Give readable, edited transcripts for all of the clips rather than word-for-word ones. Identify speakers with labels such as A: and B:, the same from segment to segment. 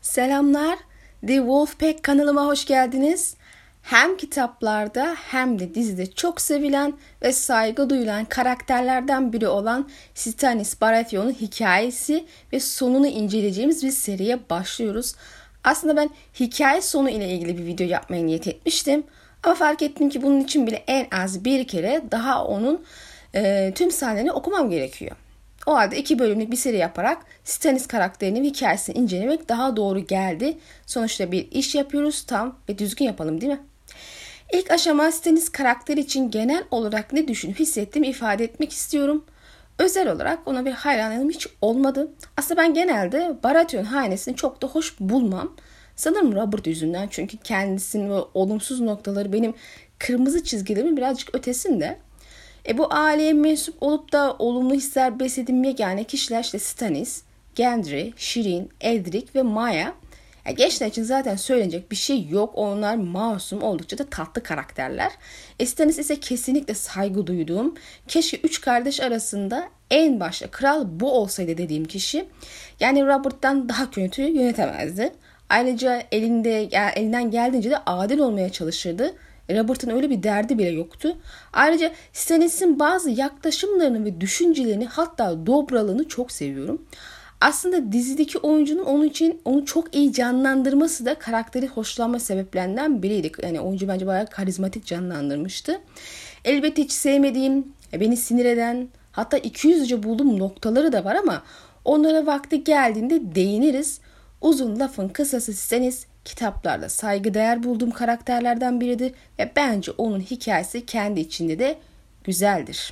A: Selamlar, The Wolfpack kanalıma hoş geldiniz. Hem kitaplarda hem de dizide çok sevilen ve saygı duyulan karakterlerden biri olan Stannis Baratheon'un hikayesi ve sonunu inceleyeceğimiz bir seriye başlıyoruz. Aslında ben hikaye sonu ile ilgili bir video yapmaya niyet etmiştim. Ama fark ettim ki bunun için bile en az bir kere daha onun tüm sahnelerini okumam gerekiyor. O halde 2 bölümlük bir seri yaparak Stannis karakterinin hikayesini incelemek daha doğru geldi. Sonuçta bir iş yapıyoruz, tam ve düzgün yapalım değil mi? İlk aşama Stannis karakteri için genel olarak ne düşünüp hissettiğimi ifade etmek istiyorum. Özel olarak ona bir hayranlığım hiç olmadı. Aslında ben genelde Baratheon hanesini çok da hoş bulmam. Sanırım Robert yüzünden, çünkü kendisinin o olumsuz noktaları benim kırmızı çizgilerimin birazcık ötesinde. Bu aileye mensup olup da olumlu hisler beslediğim yegane kişiler işte Stannis, Gendry, Shireen, Edric ve Maya. Gençler için zaten söylenecek bir şey yok. Onlar masum, oldukça da tatlı karakterler. Stannis ise kesinlikle saygı duyduğum, keşke 3 kardeş arasında en başta kral bu olsaydı dediğim kişi. Yani Robert'tan daha kötü yönetemezdi. Ayrıca elinden geldiğince de adil olmaya çalışırdı. Robert'ın öyle bir derdi bile yoktu. Ayrıca Stannis'in bazı yaklaşımlarını ve düşüncelerini, hatta dobralığını çok seviyorum. Aslında dizideki oyuncunun onu çok iyi canlandırması da karakteri hoşlanma sebeplerinden biriydi. Yani oyuncu bence bayağı karizmatik canlandırmıştı. Elbette hiç sevmediğim, beni sinir eden, hatta 200'ce bulduğum noktaları da var ama onlara vakti geldiğinde değiniriz. Uzun lafın kısası Stannis kitaplarda saygıdeğer bulduğum karakterlerden biridir ve bence onun hikayesi kendi içinde de güzeldir.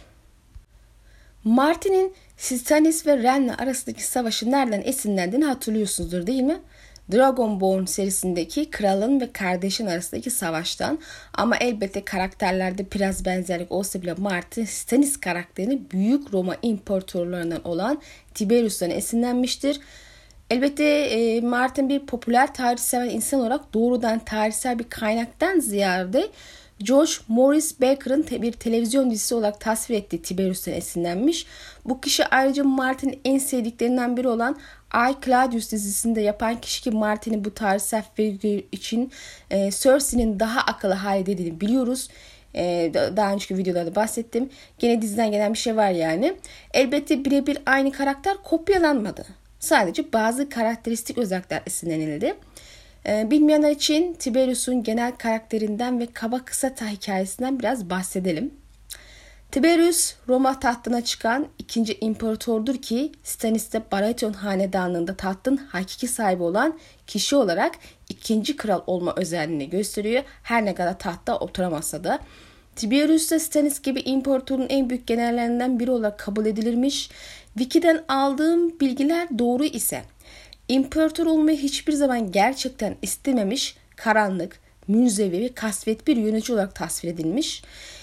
A: Martin'in Stannis ve Renly arasındaki savaşı nereden esinlendiğini hatırlıyorsunuzdur değil mi? Dragonborn serisindeki kralın ve kardeşin arasındaki savaştan, ama elbette karakterlerde biraz benzerlik olsa bile Martin Stannis karakterini büyük Roma imparatorlarından olan Tiberius'tan esinlenmiştir. Elbette Martin bir popüler tarih seven insan olarak doğrudan tarihsel bir kaynaktan ziyade George Maurice Baker'ın bir televizyon dizisi olarak tasvir ettiği Tiberius'tan esinlenmiş. Bu kişi ayrıca Martin'in en sevdiklerinden biri olan I, Claudius dizisinde yapan kişi, ki Martin'in bu tarihsel figür için Cersei'nin daha akıllı hale dediğini biliyoruz. Daha önceki videolarda bahsettim. Gene diziden gelen bir şey var yani. Elbette birebir aynı karakter kopyalanmadı. Sadece bazı karakteristik özellikler esinlenildi. Bilmeyenler için Tiberius'un genel karakterinden ve kaba kısa hikayesinden biraz bahsedelim. Tiberius Roma tahtına çıkan 2. imparatordur ki Stannis de Baratheon hanedanlığında tahtın hakiki sahibi olan kişi olarak 2. kral olma özelliğini gösteriyor. Her ne kadar tahtta oturamazsa da. Tiberius da Stannis gibi imparatorun en büyük generallerinden biri olarak kabul edilirmiş. Wiki'den aldığım bilgiler doğru ise imparator olmayı hiçbir zaman gerçekten istememiş, karanlık, münzevi ve kasvet bir yönetici olarak tasvir edilmiş.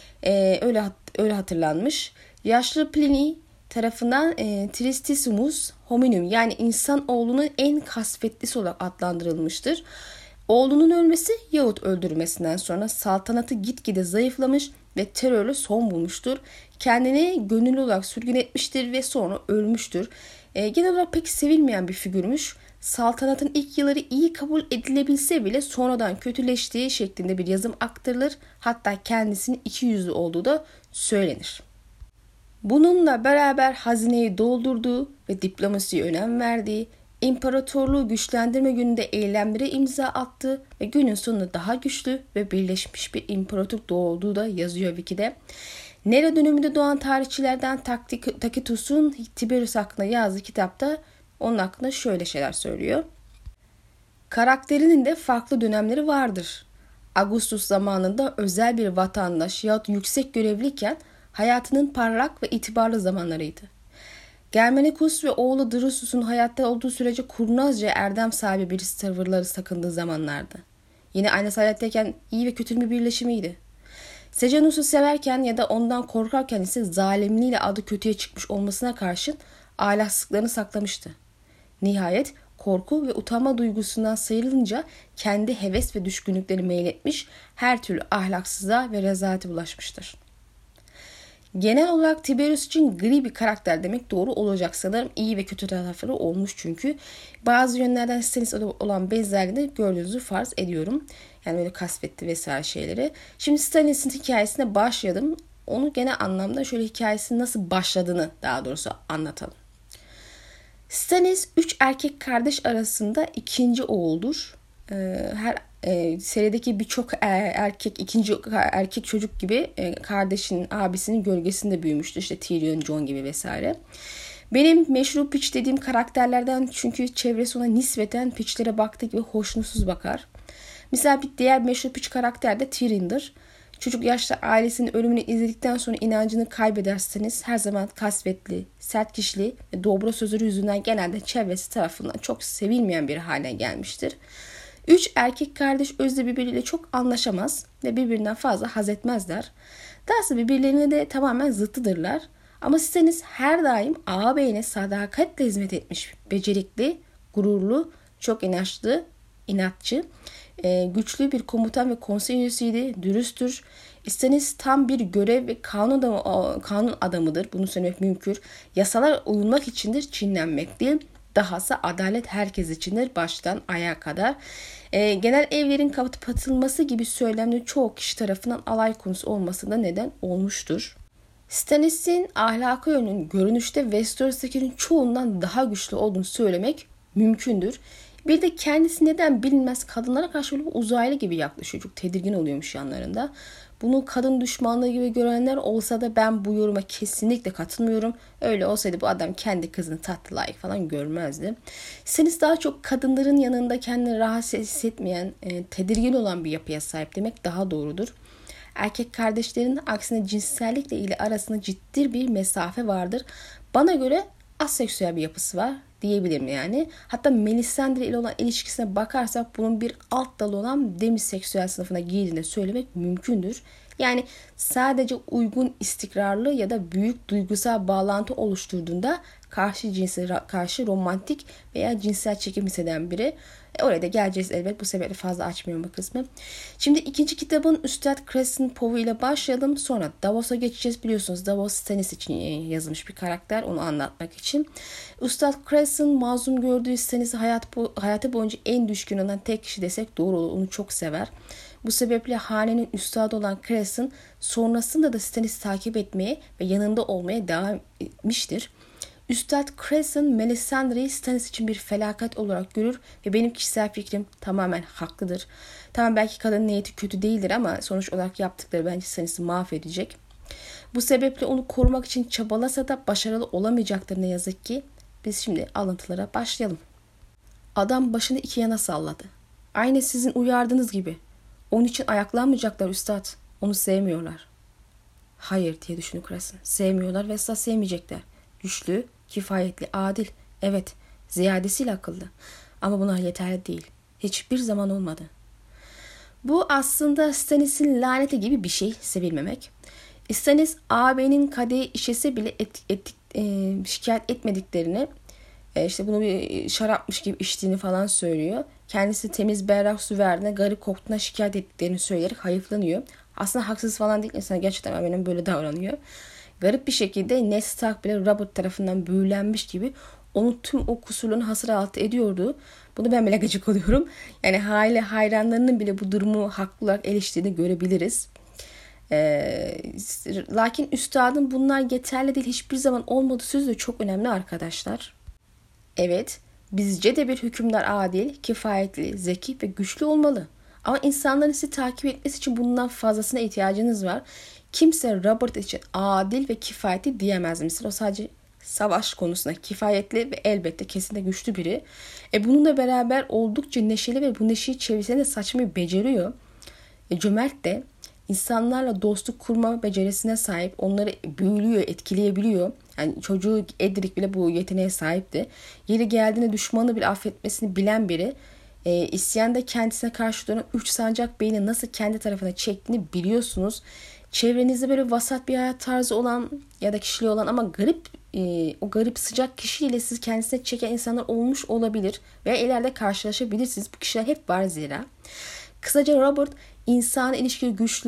A: Öyle hatırlanmış. Yaşlı Pliny tarafından Tristissimus hominum, yani insan oğlunun en kasvetlisi olarak adlandırılmıştır. Oğlunun ölmesi yahut öldürmesinden sonra saltanatı gitgide zayıflamış ve terörle son bulmuştur. Kendini gönüllü olarak sürgün etmiştir ve sonra ölmüştür. Genel olarak pek sevilmeyen bir figürmüş. Saltanatın ilk yılları iyi kabul edilebilse bile sonradan kötüleştiği şeklinde bir yazım aktarılır. Hatta kendisinin ikiyüzlü olduğu da söylenir. Bununla beraber hazineyi doldurduğu ve diplomasiye önem verdiği, imparatorluğu güçlendirme yönünde eylemlere imza attı ve günün sonunda daha güçlü ve birleşmiş bir imparatorluk doğduğu da yazıyor Wiki'de. Nero döneminde doğan tarihçilerden Tacitus'un Tiberius hakkında yazdığı kitapta onun hakkında şöyle şeyler söylüyor. Karakterinin de farklı dönemleri vardır. Augustus zamanında özel bir vatandaş yahut yüksek görevliyken hayatının parlak ve itibarlı zamanlarıydı. Germanicus ve oğlu Drusus'un hayatta olduğu sürece kurnazca erdem sahibi bir tavırları sakındığı zamanlardı. Yine aynısı hayattayken iyi ve kötü bir birleşimiydi. Sejanus'u severken ya da ondan korkarken ise zalimliğiyle adı kötüye çıkmış olmasına karşın ahlaksızlıklarını saklamıştı. Nihayet korku ve utanma duygusundan sıyrılınca kendi heves ve düşkünlükleri meyletmiş, her türlü ahlaksızlığa ve rezalete bulaşmıştır. Genel olarak Tiberius için gri bir karakter demek doğru olacak sanırım. İyi ve kötü tarafları olmuş çünkü. Bazı yönlerden Stannis olan benzerliğini gördüğünüzü farz ediyorum. Yani böyle kasvetli vesaire şeyleri. Şimdi Stannis'in hikayesine başlayalım. Onu genel anlamda şöyle hikayesinin nasıl başladığını daha doğrusu anlatalım. Stannis 3 erkek kardeş arasında ikinci oğuldur. Her serideki birçok ikinci erkek çocuk gibi kardeşinin, abisinin gölgesinde büyümüştü. İşte Tyrion, Jon gibi vesaire. Benim meşru piç dediğim karakterlerden çünkü çevresi ona nispeten piçlere baktığı gibi hoşnutsuz bakar. Mesela bir diğer meşru piç karakter de Tyrion'dur. Çocuk yaşta ailesinin ölümünü izledikten sonra inancını kaybederseniz her zaman kasvetli, sert kişili ve dobra sözleri yüzünden genelde çevresi tarafından çok sevilmeyen bir hale gelmiştir. 3 erkek kardeş özde birbiriyle çok anlaşamaz ve birbirinden fazla haz etmezler. Dahası birbirlerine de tamamen zıttıdırlar. Ama Stannis her daim ağabeyine sadakatle hizmet etmiş, becerikli, gururlu, çok inatçı, güçlü bir komutan ve konsey üyesiydi, dürüsttür. Stannis tam bir görev ve kanun adamıdır. Bunu söylemek mümkün. Yasalar uyulmak içindir, çiğnenmek değil. Dahası adalet herkes içindir, baştan ayağa kadar. Genel evlerin kapatılması gibi söylemleri çoğu kişi tarafından alay konusu olmasına neden olmuştur. Stannis'in ahlakı yönünün görünüşte Westeros'takinin çoğundan daha güçlü olduğunu söylemek mümkündür. Bir de kendisi neden bilinmez kadınlara karşı böyle uzaylı gibi yaklaşıyor. Çok tedirgin oluyormuş yanlarında. Bunu kadın düşmanlığı gibi görenler olsa da ben bu yoruma kesinlikle katılmıyorum. Öyle olsaydı bu adam kendi kızını tatlı layık falan görmezdi. Stannis daha çok kadınların yanında kendini rahatsız hissetmeyen, tedirgin olan bir yapıya sahip demek daha doğrudur. Erkek kardeşlerinin aksine cinsellikle ilgili arasında ciddi bir mesafe vardır. Bana göre aseksüel bir yapısı var diyebilirim yani. Hatta Melisandre ile olan ilişkisine bakarsak bunun bir alt dalı olan demiseksüel sınıfına girdiğini söylemek mümkündür. Yani sadece uygun, istikrarlı ya da büyük duygusal bağlantı oluşturduğunda karşı cinse karşı romantik veya cinsel çekim hisseden biri. Oraya da geleceğiz elbet. Bu sebeple fazla açmıyorum bu kısmı. Şimdi ikinci kitabın Üstad Crescent Poe ile başlayalım. Sonra Davos'a geçeceğiz. Biliyorsunuz Davos Stannis için yazılmış bir karakter. Onu anlatmak için. Üstad Crescent mazlum gördüğü Stannis'i hayatı boyunca en düşkün olan tek kişi desek doğru olur. Onu çok sever. Bu sebeple hanenin üstadı olan Crescent sonrasında da Stannis'i takip etmeye ve yanında olmaya devam etmiştir. Üstad Crescent Melisandre'yi Stannis için bir felaket olarak görür ve benim kişisel fikrim tamamen haklıdır. Tamam belki kadının niyeti kötü değildir ama sonuç olarak yaptıkları bence Stannis'i mahvedecek. Bu sebeple onu korumak için çabalasa da başarılı olamayacaktır ne yazık ki. Biz şimdi alıntılara başlayalım. Adam başını iki yana salladı. Aynı sizin uyardığınız gibi. Onun için ayaklanmayacaklar üstad. Onu sevmiyorlar. Hayır diye düşündü Crescent. Sevmiyorlar ve asla sevmeyecekler. Güçlü, kifayetli, adil. Evet, ziyadesiyle akıllı. Ama buna yeterli değil. Hiçbir zaman olmadı. Bu aslında Stannis'in laneti gibi bir şey, sevilmemek. Stannis ağabeyinin kadehi işese bile şikayet etmediklerini, işte bunu bir şarapmış gibi içtiğini falan söylüyor. Kendisi temiz berrak su verdiğine, garip koktuğuna şikayet ettiklerini söyleyerek hayıflanıyor. Aslında haksız falan değil. İnsan gerçekten ağabeyin böyle davranıyor. Garip bir şekilde Ned Stark bile Robert tarafından büyülenmiş gibi onun tüm o kusurlarını hasır altı ediyordu. Bunu ben bile gıcık oluyorum. Yani hayranlarının bile bu durumu haklı olarak eleştirdiğini görebiliriz. Lakin üstadın bunlar yeterli değil, hiçbir zaman olmadığı sözü de çok önemli arkadaşlar. Evet, bizce de bir hükümdar adil, kifayetli, zeki ve güçlü olmalı. Ama insanların sizi takip etmesi için bundan fazlasına ihtiyacınız var. Kimse Robert için adil ve kifayetli diyemez mesela. O sadece savaş konusunda kifayetli ve elbette kesinlikle güçlü biri. Bununla beraber oldukça neşeli ve bu neşeyi çevresine de saçmayı beceriyor. Cömert de insanlarla dostluk kurma becerisine sahip. Onları büyülüyor, etkileyebiliyor. Yani çocuğu Edric bile bu yeteneğe sahipti. Yeri geldiğinde düşmanı bile affetmesini bilen biri. İsyanda kendisine karşı duran 3 sancak beyni nasıl kendi tarafına çektiğini biliyorsunuz. Çevrenizde böyle vasat bir hayat tarzı olan ya da kişiliği olan ama o garip sıcak kişiyle siz kendisine çeken insanlar olmuş olabilir veya ileride karşılaşabilirsiniz. Bu kişiler hep var zira. Kısaca Robert insan ilişkili güçlü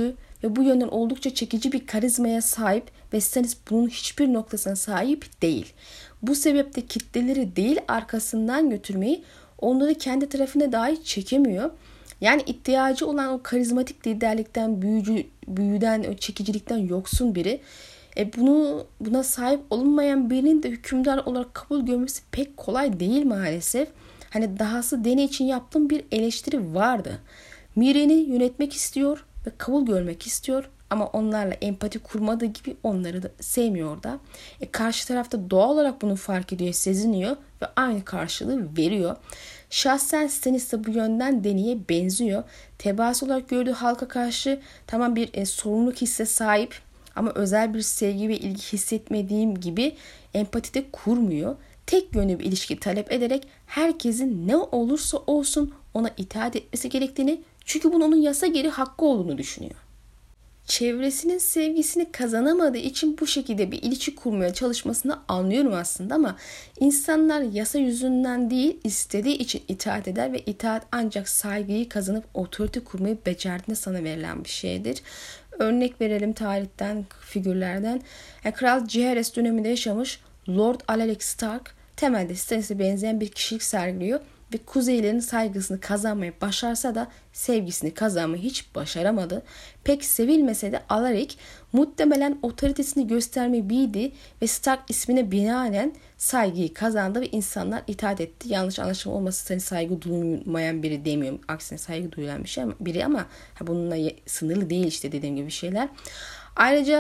A: ve bu yönden oldukça çekici bir karizmaya sahip ve Stannis bunun hiçbir noktasına sahip değil. Bu sebeple kitleleri değil arkasından götürmeyi, onları kendi tarafına dahi çekemiyor. Yani ihtiyacı olan o karizmatik liderlikten, büyüden, o çekicilikten yoksun biri. Buna sahip olunmayan birinin de hükümdar olarak kabul görmesi pek kolay değil maalesef. Hani dahası Dany için yaptığım bir eleştiri vardı. Myraine'i yönetmek istiyor ve kabul görmek istiyor. Ama onlarla empati kurmadığı gibi onları da sevmiyor da. Karşı tarafta doğal olarak bunu fark ediyor, seziniyor ve aynı karşılığı veriyor. Şahsen Stannis de bu yönden Dany'ye benziyor. Tebaası olarak gördüğü halka karşı tamam bir sorumluluk hisse sahip ama özel bir sevgi ve ilgi hissetmediğim gibi empati de kurmuyor. Tek yönlü bir ilişki talep ederek herkesin ne olursa olsun ona itaat etmesi gerektiğini, çünkü bunun onun yasa geri hakkı olduğunu düşünüyor. Çevresinin sevgisini kazanamadığı için bu şekilde bir ilişki kurmaya çalışmasını anlıyorum aslında, ama insanlar yasa yüzünden değil, istediği için itaat eder ve itaat ancak saygıyı kazanıp otorite kurmayı becerdiğinde sana verilen bir şeydir. Örnek verelim tarihten, figürlerden. Kral Jaehaerys döneminde yaşamış Lord Alaric Stark temelde Stannis'e benzeyen bir kişilik sergiliyor ve kuzeylerin saygısını kazanmayı başarsa da sevgisini kazanmayı hiç başaramadı. Pek sevilmese de Alaric muhtemelen otoritesini göstermeyi bildi ve Stark ismine binaen saygıyı kazandı ve insanlar itaat etti. Yanlış anlaşılma olması, Stannis saygı duymayan biri demiyorum. Aksine saygı duyulan biri ama bununla sınırlı değil işte dediğim gibi şeyler. Ayrıca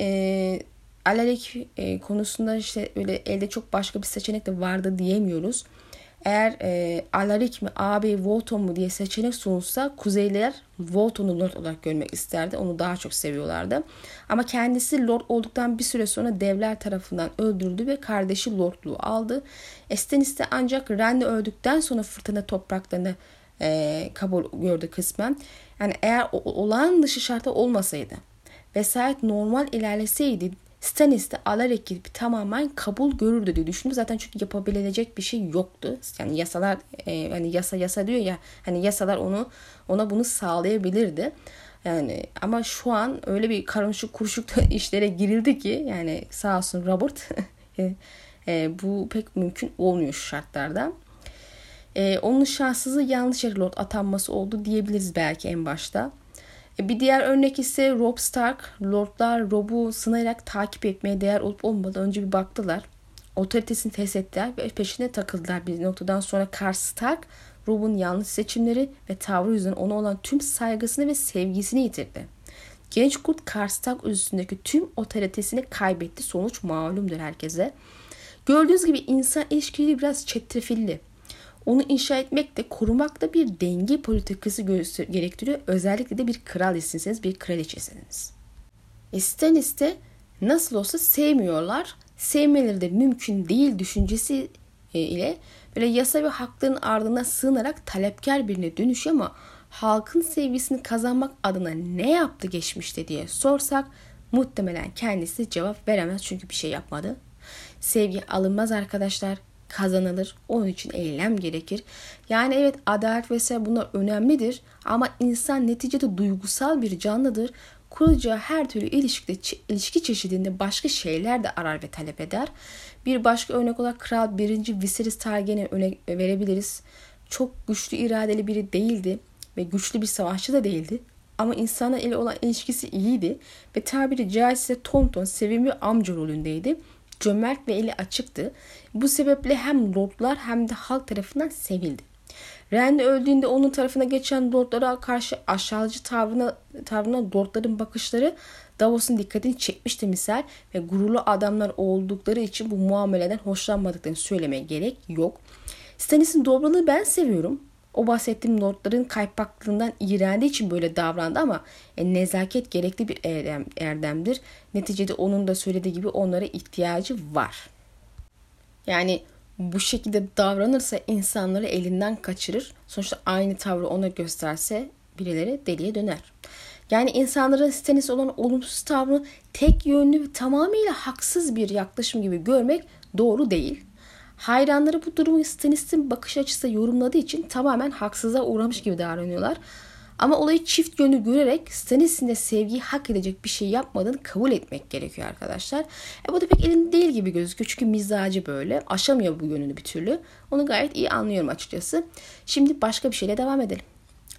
A: Alaric konusunda işte öyle elde çok başka bir seçenek de vardı diyemiyoruz. Eğer Alaric mi ağabey Walton mu diye seçenek sunulsa Kuzeyliler Walton'u Lord olarak görmek isterdi. Onu daha çok seviyorlardı. Ama kendisi Lord olduktan bir süre sonra devler tarafından öldürüldü ve kardeşi Lordluğu aldı. Stannis de ancak Renly öldükten sonra fırtına topraklarını kabul gördü kısmen. Yani eğer olağan dışı şartı olmasaydı, vesayet normal ilerleseydi, Stannis de Alaric gibi tamamen kabul görürdü diye düşündüm. Zaten çünkü yapabilecek bir şey yoktu. Yani yasalar yasa diyor ya, yasalar ona bunu sağlayabilirdi. Yani ama şu an öyle bir karmaşık kuruşuk işlere girildi ki yani sağ olsun Robert bu pek mümkün olmuyor şu şartlarda. Onun şanssızlığı yanlış yere Lord atanması oldu diyebiliriz belki en başta. Bir diğer örnek ise Robb Stark. Lordlar Robb'u sınayarak takip etmeye değer olup olmadan önce bir baktılar. Otoritesini test ettiler ve peşine takıldılar. Bir noktadan sonra Karl Stark, Robb'un yanlış seçimleri ve tavrı yüzünden ona olan tüm saygısını ve sevgisini yitirdi. Genç kurt Karl Stark üstündeki tüm otoritesini kaybetti. Sonuç malumdur herkese. Gördüğünüz gibi insan ilişkileri biraz çetrefilli. Onu inşa etmek de korumak da bir denge politikası gerektiriyor. Özellikle de bir kral iseniz, bir kraliçesiniz. Stannis de nasıl olsa sevmiyorlar. Sevmeleri de mümkün değil düşüncesi ile böyle yasa ve hakların ardına sığınarak talepkar birine dönüşüyor, ama halkın sevgisini kazanmak adına ne yaptı geçmişte diye sorsak muhtemelen kendisi cevap veremez, çünkü bir şey yapmadı. Sevgi alınmaz arkadaşlar, kazanılır. Onun için eylem gerekir. Yani evet, adalet vesaire bunlar önemlidir ama insan neticede duygusal bir canlıdır. Kuracağı her türlü ilişki çeşidinde başka şeyler de arar ve talep eder. Bir başka örnek olarak Kral 1. Viserys Targaryen'i örnek verebiliriz. Çok güçlü iradeli biri değildi ve güçlü bir savaşçı da değildi. Ama insanlar ile olan ilişkisi iyiydi ve tabiri caizse tonton sevimli amca rolündeydi. Cömert ve eli açıktı. Bu sebeple hem lordlar hem de halk tarafından sevildi. Renly öldüğünde onun tarafına geçen lordlara karşı aşağıcı tavrına lordların bakışları Davos'un dikkatini çekmişti misal ve gururlu adamlar oldukları için bu muameleden hoşlanmadıklarını söylemeye gerek yok. Stannis'in dobralığını ben seviyorum. O bahsettiğim lordların kaypaklığından iğrendiği için böyle davrandı ama nezaket gerekli bir erdemdir. Neticede onun da söylediği gibi onlara ihtiyacı var. Yani bu şekilde davranırsa insanları elinden kaçırır. Sonuçta aynı tavrı ona gösterse birileri deliye döner. Yani insanların Stannis olan olumsuz tavrını tek yönlü ve tamamıyla haksız bir yaklaşım gibi görmek doğru değil. Hayranları bu durumu Stannis'in bakış açısı yorumladığı için tamamen haksızlığa uğramış gibi davranıyorlar. Ama olayı çift yönlü görerek Stannis'in de sevgiyi hak edecek bir şey yapmadığını kabul etmek gerekiyor arkadaşlar. Bu da pek elinde değil gibi gözüküyor. Çünkü mizacı böyle. Aşamıyor bu yönünü bir türlü. Onu gayet iyi anlıyorum açıkçası. Şimdi başka bir şeyle devam edelim.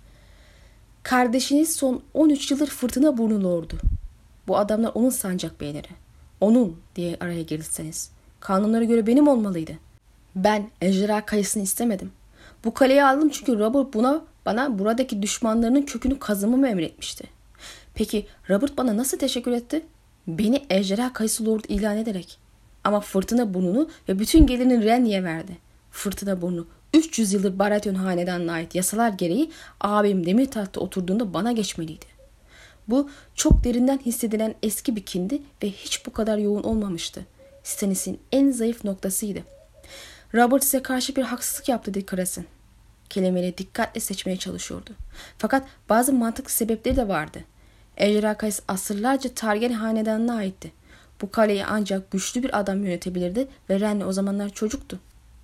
A: Kardeşiniz son 13 yıldır fırtına burnu lordu. Bu adamlar onun sancak beyleri. Onun diye araya girirseniz. Kanunlara göre benim olmalıydı. Ben ejderha kayısını istemedim. Bu kaleyi aldım çünkü Robert bana buradaki düşmanlarının kökünü kazımamı emretmişti. Peki Robert bana nasıl teşekkür etti? Beni ejderha kayısı lord ilan ederek. Ama fırtına burnunu ve bütün gelirini Renly'e verdi. Fırtına burnu 300 yıldır Baratheon hanedanına ait yasalar gereği abim demir tahtta oturduğunda bana geçmeliydi. Bu çok derinden hissedilen eski bir kindi ve hiç bu kadar yoğun olmamıştı. Stannis'in en zayıf noktasıydı. Robert size karşı bir haksızlık yaptı dedi Kras'ın. Kelimeleri dikkatle seçmeye çalışıyordu. Fakat bazı mantıklı sebepleri de vardı. Ejderha Kayısı asırlarca Targaryen hanedanına aitti. Bu kaleyi ancak güçlü bir adam yönetebilirdi ve Renly o zamanlar çocuktu.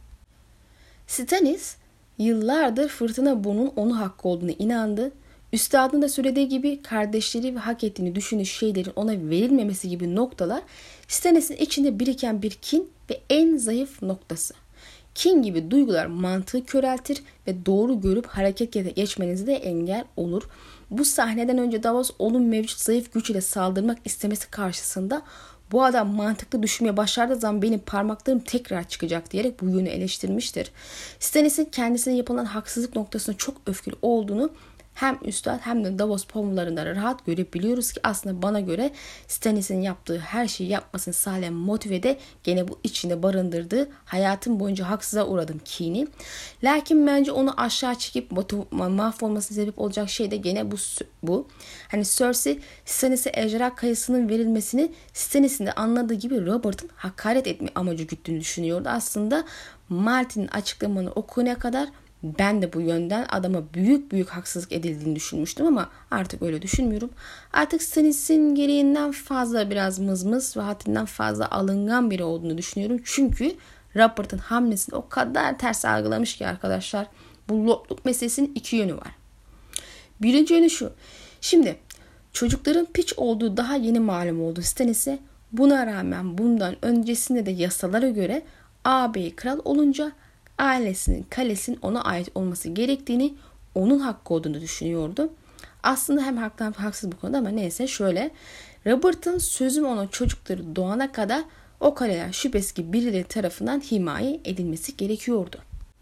A: Stannis yıllardır fırtına bunun onun hakkı olduğunu inandı. Üstadın da söylediği gibi kardeşleri ve hak ettiğini düşündüğü şeylerin ona verilmemesi gibi noktalar Stannis'in içinde biriken bir kin ve en zayıf noktası. Kin gibi duygular mantığı köreltir ve doğru görüp harekete geçmenize de engel olur. Bu sahneden önce Davos onun mevcut zayıf güç ile saldırmak istemesi karşısında bu adam mantıklı düşünmeye başardığı zaman benim parmaklarım tekrar çıkacak diyerek bu yönü eleştirmiştir. Stannis'in kendisine yapılan haksızlık noktasında çok öfkeli olduğunu hem üstad hem de Davos poemlarında rahat görebiliyoruz ki aslında bana göre Stannis'in yaptığı her şeyi yapmasını sağlayan motive de gene bu içinde barındırdığı hayatım boyunca haksıza uğradım kini. Lakin bence onu aşağı çekip mahvolmasına sebep olacak şey de gene bu. Hani Cersei Stannis'e ejderha kayısının verilmesini Stannis'in de anladığı gibi Robert'ın hakaret etme amacı güttüğünü düşünüyordu. Aslında Martin'in açıklamanı okuyana kadar ben de bu yönden adama büyük haksızlık edildiğini düşünmüştüm ama artık öyle düşünmüyorum. Artık Stannis'in gereğinden fazla biraz mızmız ve haddinden fazla alıngan biri olduğunu düşünüyorum. Çünkü Robert'ın hamlesini o kadar ters algılamış ki arkadaşlar. Bu lordluk meselesinin iki yönü var. Birinci yönü şu. Şimdi çocukların piç olduğu daha yeni malum oldu Stannis'e. Buna rağmen bundan öncesinde de yasalara göre ağabeyi kral olunca ailesinin kalesinin ona ait olması gerektiğini, onun hakkı olduğunu düşünüyordu. Aslında hem haklı hem haksız bu konuda ama neyse şöyle. Robert'ın sözüm ona çocukları doğana kadar o kaleler şüphesiz ki birileri tarafından himaye edilmesi gerekiyordu.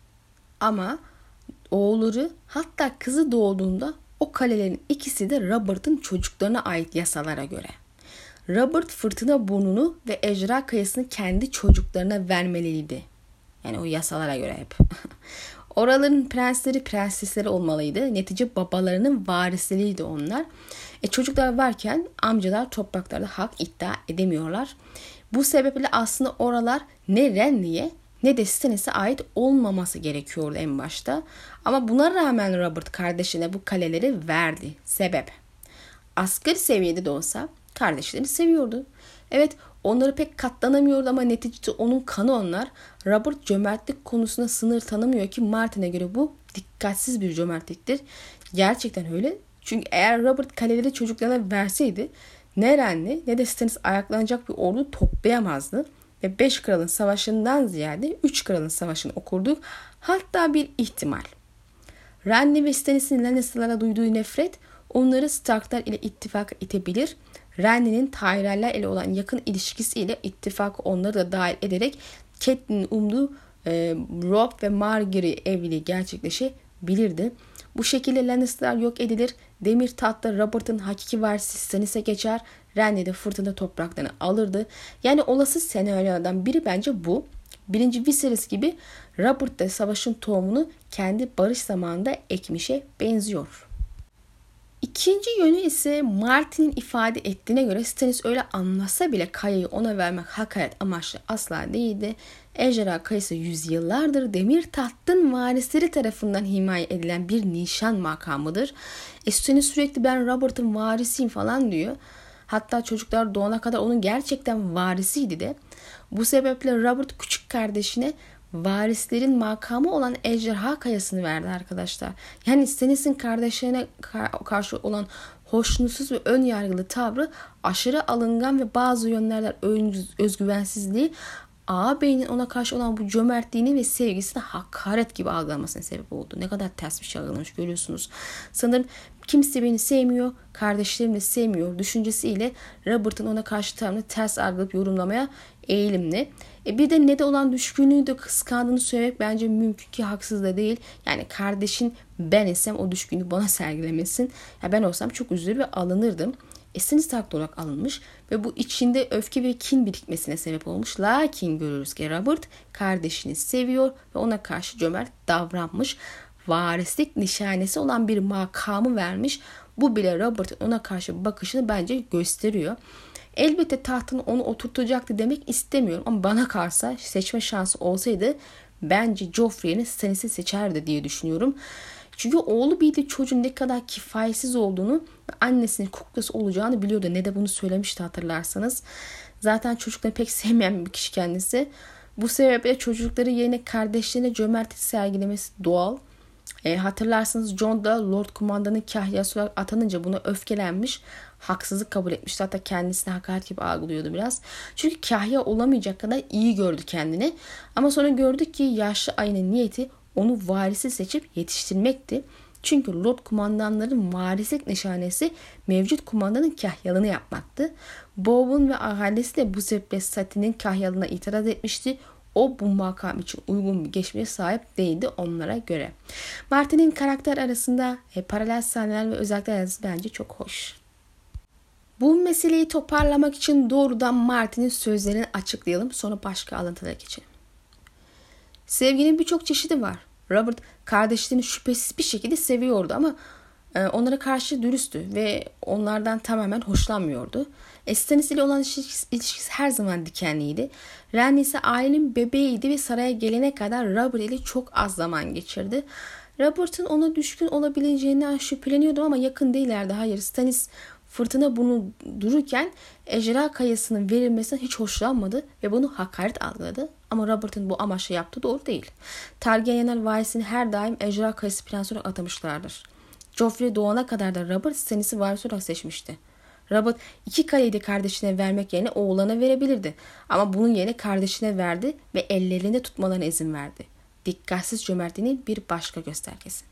A: Ama oğulları hatta kızı doğduğunda o kalelerin ikisi de Robert'ın çocuklarına ait yasalara göre. Robert fırtına burnunu ve ejderha kayasını kendi çocuklarına vermeliydi. Yani o yasalara göre hep. Oraların prensleri, prensesleri olmalıydı. Netice babalarının varisleriydi onlar. Çocuklar varken amcalar topraklarda hak iddia edemiyorlar. Bu sebeple aslında oralar ne Renly'e ne de Stannis'e ait olmaması gerekiyordu en başta. Ama buna rağmen Robert kardeşine bu kaleleri verdi. Sebep. Asgari seviyede de olsa kardeşlerini seviyordu. Evet, onları pek katlanamıyordu ama neticede onun kanı onlar. Robert cömertlik konusunda sınır tanımıyor ki Martin'e göre bu dikkatsiz bir cömertliktir. Gerçekten öyle. Çünkü eğer Robert kaleleri çocuklarına verseydi ne Renly ne de Stannis ayaklanacak bir ordu toplayamazdı. Ve 5 kralın savaşından ziyade 3 kralın savaşını okurduk. Hatta bir ihtimal. Renly ve Stannis'in Lannister'lara duyduğu nefret onları Starklar ile ittifaka itebilir. Renly'nin Tyrell'ler ile olan yakın ilişkisiyle ittifakı onları da dahil ederek Catelyn'in umduğu Robb ve Margaery evliliği gerçekleşebilirdi. Bu şekilde Lannister'lar yok edilir. Demir tahtta Robert'ın hakiki varisi Stannis'e geçer. Renly de fırtına topraklarını alırdı. Yani olası senaryolardan biri bence bu. 1. Viserys gibi Robert da savaşın tohumunu kendi barış zamanında ekmişe benziyor. İkinci yönü ise Martin'in ifade ettiğine göre Stannis öyle anlasa bile kayayı ona vermek hakaret amaçlı asla değildi. Ejderha kayısı yüzyıllardır demir tahtın varisleri tarafından himaye edilen bir nişan makamıdır. Stannis sürekli ben Robert'ın varisiyim falan diyor. Hatta çocuklar doğana kadar onun gerçekten varisiydi de. Bu sebeple Robert küçük kardeşine varislerin makamı olan ejderha kayasını verdi arkadaşlar. Yani Stannis'in kardeşlerine karşı olan hoşnutsuz ve ön yargılı tavrı, aşırı alıngan ve bazı yönlerden özgüvensizliği, ağabeyinin ona karşı olan bu cömertliğini ve sevgisine hakaret gibi algılamasına sebep oldu. Ne kadar ters bir şey algılamış görüyorsunuz. Sanırım kimse beni sevmiyor, kardeşlerim de sevmiyor düşüncesiyle Robert'ın ona karşı tavrını ters algılayıp yorumlamaya eğilimli. Bir de ne de olan düşkünlüğü de kıskandığını söylemek bence mümkün ki haksız da değil. Yani kardeşin ben isem o düşkünlüğü bana sergilemesin. Ya ben olsam çok üzülür ve alınırdım. Stannis haklı olarak alınmış ve bu içinde öfke ve kin birikmesine sebep olmuş. Lakin görürüz ki Robert kardeşini seviyor ve ona karşı cömert davranmış. Varislik nişanesi olan bir makamı vermiş. Bu bile Robert'ın ona karşı bakışını bence gösteriyor. Elbette tahtını onu oturtacaktı demek istemiyorum ama bana kalsa seçme şansı olsaydı bence Joffrey'ni Stannis'i seçerdi diye düşünüyorum. Çünkü oğlu bildiği çocuğun ne kadar kifayetsiz olduğunu ve annesinin kuklası olacağını biliyordu. Ne de bunu söylemişti hatırlarsanız. Zaten çocukları pek sevmeyen bir kişi kendisi. Bu sebeple çocukları yerine kardeşlerine cömertlik sergilemesi doğal. Hatırlarsanız Jon da Lord Kumandan'ın kahyası olarak atanınca buna öfkelenmiş. Haksızlık kabul etmişti. Hatta kendisine hakaret gibi algılıyordu biraz. Çünkü kahya olamayacak kadar iyi gördü kendini. Ama sonra gördük ki yaşlı ayının niyeti onu varisi seçip yetiştirmekti. Çünkü Lord kumandanların varislik nişanesi mevcut kumandanın kahyalığını yapmaktı. Bowen ve ahalisi de bu sebeple Satin'in kahyalığına itiraz etmişti. O bu makam için uygun bir geçmişe sahip değildi onlara göre. Martin'in karakter arasında paralel sahneler ve özellikler arası bence çok hoş. Bu meseleyi toparlamak için doğrudan Martin'in sözlerini açıklayalım, sonra başka alıntılara geçelim. Sevginin birçok çeşidi var. Robert kardeşlerini şüphesiz bir şekilde seviyordu ama onlara karşı dürüsttü ve onlardan tamamen hoşlanmıyordu. Stannis ile olan ilişkisi her zaman dikenliydi. Renly ise ailenin bebeğiydi ve saraya gelene kadar Robert ile çok az zaman geçirdi. Robert'ın ona düşkün olabileceğinden şüpheleniyordum ama yakın değillerdi. Hayır, Stannis fırtına bunu dururken ejderha kayasının verilmesinden hiç hoşlanmadı ve bunu hakaret algıladı. Ama Robert'ın bu amaçla yaptığı doğru değil. Targaryenler varisini her daim ejderha kayası prensi olarak atamışlardır. Joffrey doğana kadar da Robert Stannis'i varis olarak seçmişti. Robert 2 kaleyi de kardeşine vermek yerine oğlana verebilirdi. Ama bunun yerine kardeşine verdi ve ellerinde tutmalarına izin verdi. Dikkatsiz cömertliğinin bir başka göstergesi.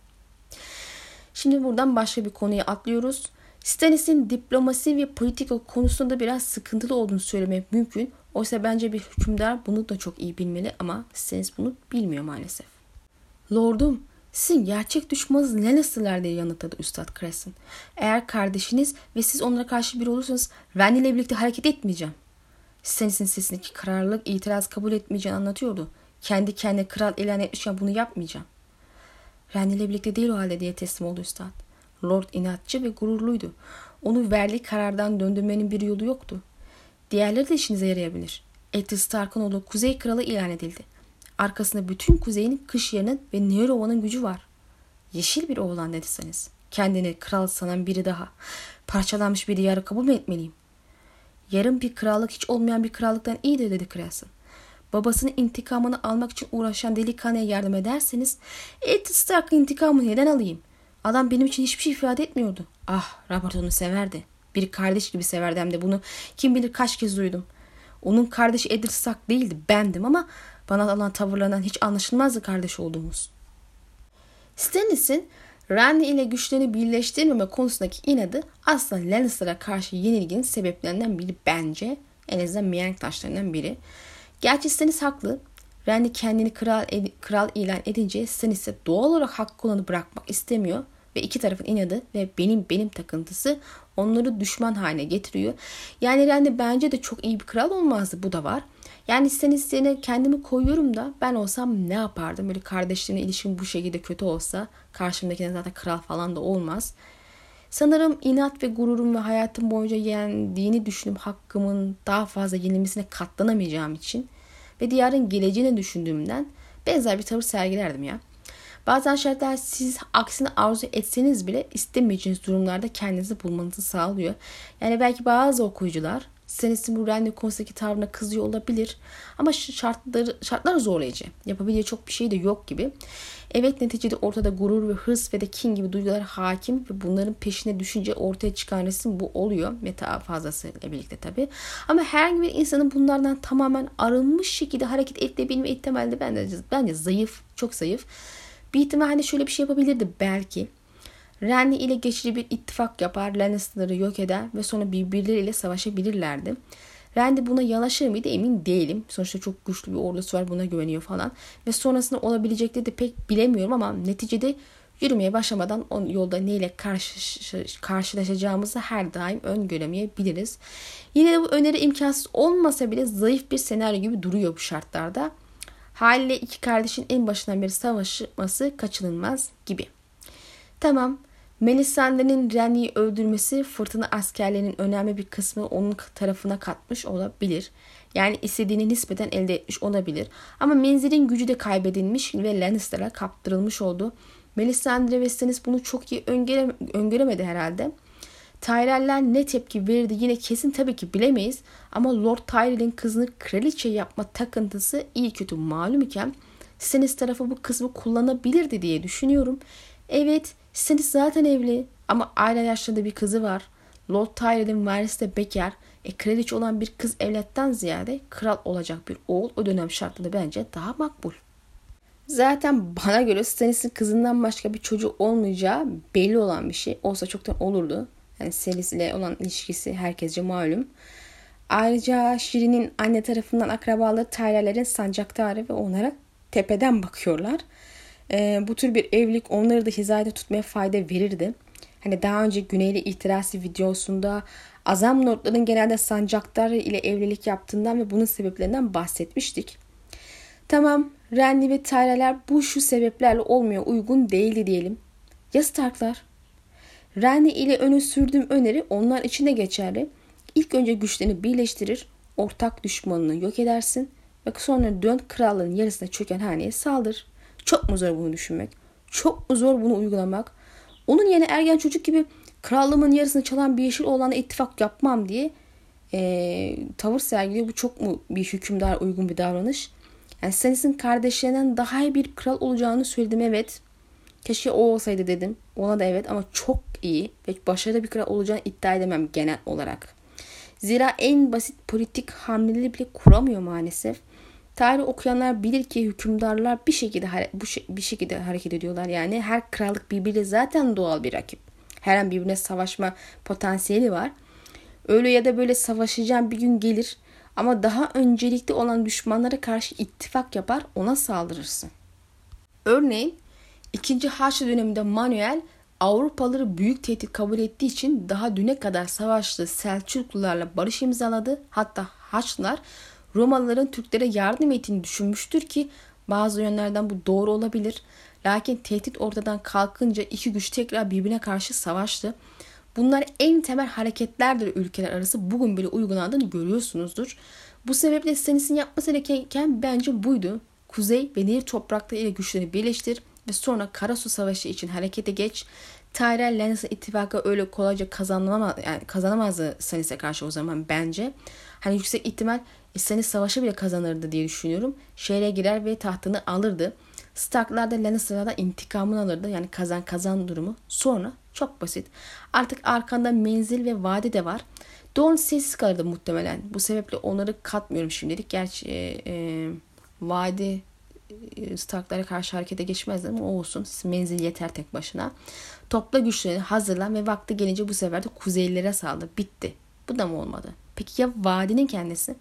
A: Şimdi buradan başka bir konuya atlıyoruz. Stannis'in diplomasi ve politika konusunda biraz sıkıntılı olduğunu söylemek mümkün. Oysa bence bir hükümdar bunu da çok iyi bilmeli ama Stannis bunu bilmiyor maalesef. Lordum, sizin gerçek düşmanınız Lannister'lar diye yanıtladı Üstad Crescent. Eğer kardeşiniz ve siz onlara karşı biri olursanız Renly ile birlikte hareket etmeyeceğim. Stannis'in sesindeki kararlılık itiraz kabul etmeyeceğini anlatıyordu. Kendi kendine kral ilan etmişken bunu yapmayacağım. Renly ile birlikte değil o halde diye teslim oldu Üstad. Lord inatçı ve gururluydu. Onu verdiği karardan döndürmenin bir yolu yoktu. Diğerleri de işinize yarayabilir. Eddard Stark'ın oğlu Kuzey Kralı ilan edildi. Arkasında bütün kuzeyin, kış yarının ve Nehir Ova'nın gücü var. Yeşil bir oğlan dediyseniz. Kendini kral sanan biri daha. Parçalanmış bir diyarı kabul mü etmeliyim? Yarım bir krallık hiç olmayan bir krallıktan iyidir dedi Crescent. Babasının intikamını almak için uğraşan delikanlıya yardım ederseniz Eddard Stark'ın intikamını neden alayım? Adam benim için hiçbir şey ifade etmiyordu. Ah, Robert onu severdi. Bir kardeş gibi severdi hem de bunu kim bilir kaç kez duydum. Onun kardeşi Eddard Stark değildi, bendim ama bana olan tavırlarından hiç anlaşılmazdı kardeş olduğumuz. Stannis'in Renly ile güçlerini birleştirmeme konusundaki inadı aslında Lannister'a karşı yenilginin sebeplerinden biri bence. En azından mihenk taşlarından biri. Gerçi Stannis haklı. Renly kendini kral ilan edince Stannis'e doğal olarak hakkı olanı bırakmak istemiyor. Ve iki tarafın inadı ve benim takıntısı onları düşman haline getiriyor. Yani Renly bence de çok iyi bir kral olmazdı, bu da var. Yani Stannis yerine kendimi koyuyorum da ben olsam ne yapardım? Böyle kardeşlerimle ilişkim bu şekilde kötü olsa karşımdakine zaten kral falan da olmaz. Sanırım inat ve gururum ve hayatım boyunca yendiğini düşünüp hakkımın daha fazla yenilmesine katlanamayacağım için ve diyarın geleceğini düşündüğümden benzer bir tavır sergilerdim ya. Bazen şartlar siz aksini arzu etseniz bile istemeyeceğiniz durumlarda kendinizi bulmanızı sağlıyor. Yani belki bazı okuyucular Stannis'in bu Renly konusundaki tavrına kızıyor olabilir. Ama şartlar zorlayıcı. Yapabileceği çok bir şey de yok gibi. Evet, neticede ortada gurur ve hırs ve de kin gibi duygular hakim ve bunların peşine düşünce ortaya çıkan resim bu oluyor. Meta fazlasıyla birlikte tabii. Ama herhangi bir insanın bunlardan tamamen arınmış şekilde hareket edebilme ihtimali de bence zayıf. Çok zayıf. Bir ihtimal hani şöyle bir şey yapabilirdi belki. Renly ile geçici bir ittifak yapar, Lannister'ları yok eder ve sonra birbirleriyle savaşabilirlerdi. Renly buna yanaşır mıydı emin değilim. Sonuçta çok güçlü bir ordusu var, buna güveniyor falan. Ve sonrasında olabilecekleri de pek bilemiyorum ama neticede yürümeye başlamadan o yolda neyle karşılaşacağımızı her daim öngöremeyebiliriz. Yine de bu öneri imkansız olmasa bile zayıf bir senaryo gibi duruyor bu şartlarda. Haliyle iki kardeşin en başından beri savaşması kaçınılmaz gibi. Tamam, Melisandre'nin Renly'yi öldürmesi fırtına askerlerinin önemli bir kısmını onun tarafına katmış olabilir. Yani istediğini nispeten elde etmiş olabilir. Ama menzilin gücü de kaybedilmiş ve Lannister'a kaptırılmış oldu. Melisandre ve Stannis bunu çok iyi öngöremedi herhalde. Tyrell'ler ne tepki verirdi yine kesin tabii ki bilemeyiz. Ama Lord Tyrell'in kızını kraliçe yapma takıntısı iyi kötü malum iken Stannis tarafı bu kısmı kullanabilirdi diye düşünüyorum. Evet, Stannis zaten evli ama aile yaşlarında bir kızı var. Lord Tyrell'in varisi de bekar. Kraliçe olan bir kız evlattan ziyade kral olacak bir oğul o dönem şartında bence daha makbul. Zaten bana göre Stannis'in kızından başka bir çocuğu olmayacağı belli olan bir şey. Olsa çoktan olurdu. Yani Stannis ile olan ilişkisi herkesce malum. Ayrıca Shireen'in anne tarafından akrabaları Tyrell'lerin sancaktarı ve onlara tepeden bakıyorlar. Bu tür bir evlilik onları da hizada tutmaya fayda verirdi. Hani daha önce Güneyli İhtirası videosunda Azam Lordların genelde sancaktar ile evlilik yaptığından ve bunun sebeplerinden bahsetmiştik. Tamam, Renly ve Tyrell'ler bu şu sebeplerle olmaya uygun değildi diyelim. Ya Stark'lar? Renly ile öne sürdüğüm öneri onlar için de geçerli. İlk önce güçlerini birleştirir, ortak düşmanını yok edersin ve sonra dön krallığın yarısına çöken haneye saldır. Çok mu zor bunu düşünmek? Çok mu zor bunu uygulamak? Onun yerine ergen çocuk gibi krallığımın yarısını çalan bir yeşil oğlanla ittifak yapmam diye tavır sergiliyor. Bu çok mu bir hükümdar uygun bir davranış? Yani Stannis'in kardeşlerinden daha iyi bir kral olacağını söyledim, evet. Keşke o olsaydı dedim. Ona da evet ama çok iyi ve başarılı bir kral olacağını iddia edemem genel olarak. Zira en basit politik hamleleri bile kuramıyor maalesef. Tarih okuyanlar bilir ki hükümdarlar bir şekilde hareket ediyorlar. Yani her krallık birbiriyle zaten doğal bir rakip. Her an birbirine savaşma potansiyeli var. Öyle ya da böyle savaşacağım bir gün gelir ama daha öncelikli olan düşmanlara karşı ittifak yapar, ona saldırırsın. Örneğin 2. Haçlı döneminde Manuel Avrupalıları büyük tehdit kabul ettiği için daha düne kadar savaştığı Selçuklularla barış imzaladı. Hatta Haçlılar Romalıların Türklere yardım ettiğini düşünmüştür ki bazı yönlerden bu doğru olabilir. Lakin tehdit ortadan kalkınca iki güç tekrar birbirine karşı savaştı. Bunlar en temel hareketlerdir ülkeler arası, bugün bile uygulandığını görüyorsunuzdur. Bu sebeple Stannis'in yapması gereken bence buydu. Kuzey ve Nehir toprakları ile güçlerini birleştir ve sonra Karasu Savaşı için harekete geç. Tyrell Lannister ittifakı öyle kolayca kazanamazdı Stannis'e karşı o zaman bence. Hani yüksek ihtimal Stannis savaşı bile kazanırdı diye düşünüyorum. Şehre girer ve tahtını alırdı. Stark'lar da Lannister'lardan intikamını alırdı. Yani kazan durumu. Sonra çok basit. Artık arkanda menzil ve vade de var. Dorne sessiz kalırdı muhtemelen. Bu sebeple onları katmıyorum şimdilik. Gerçi vade Stark'lara karşı harekete geçmezdi ama olsun. Menzil yeter tek başına. Topla güçlerini hazırlan ve vakti gelince bu sefer de kuzeylilere saldı. Bitti. Bu da mı olmadı? Peki ya vadinin kendisi?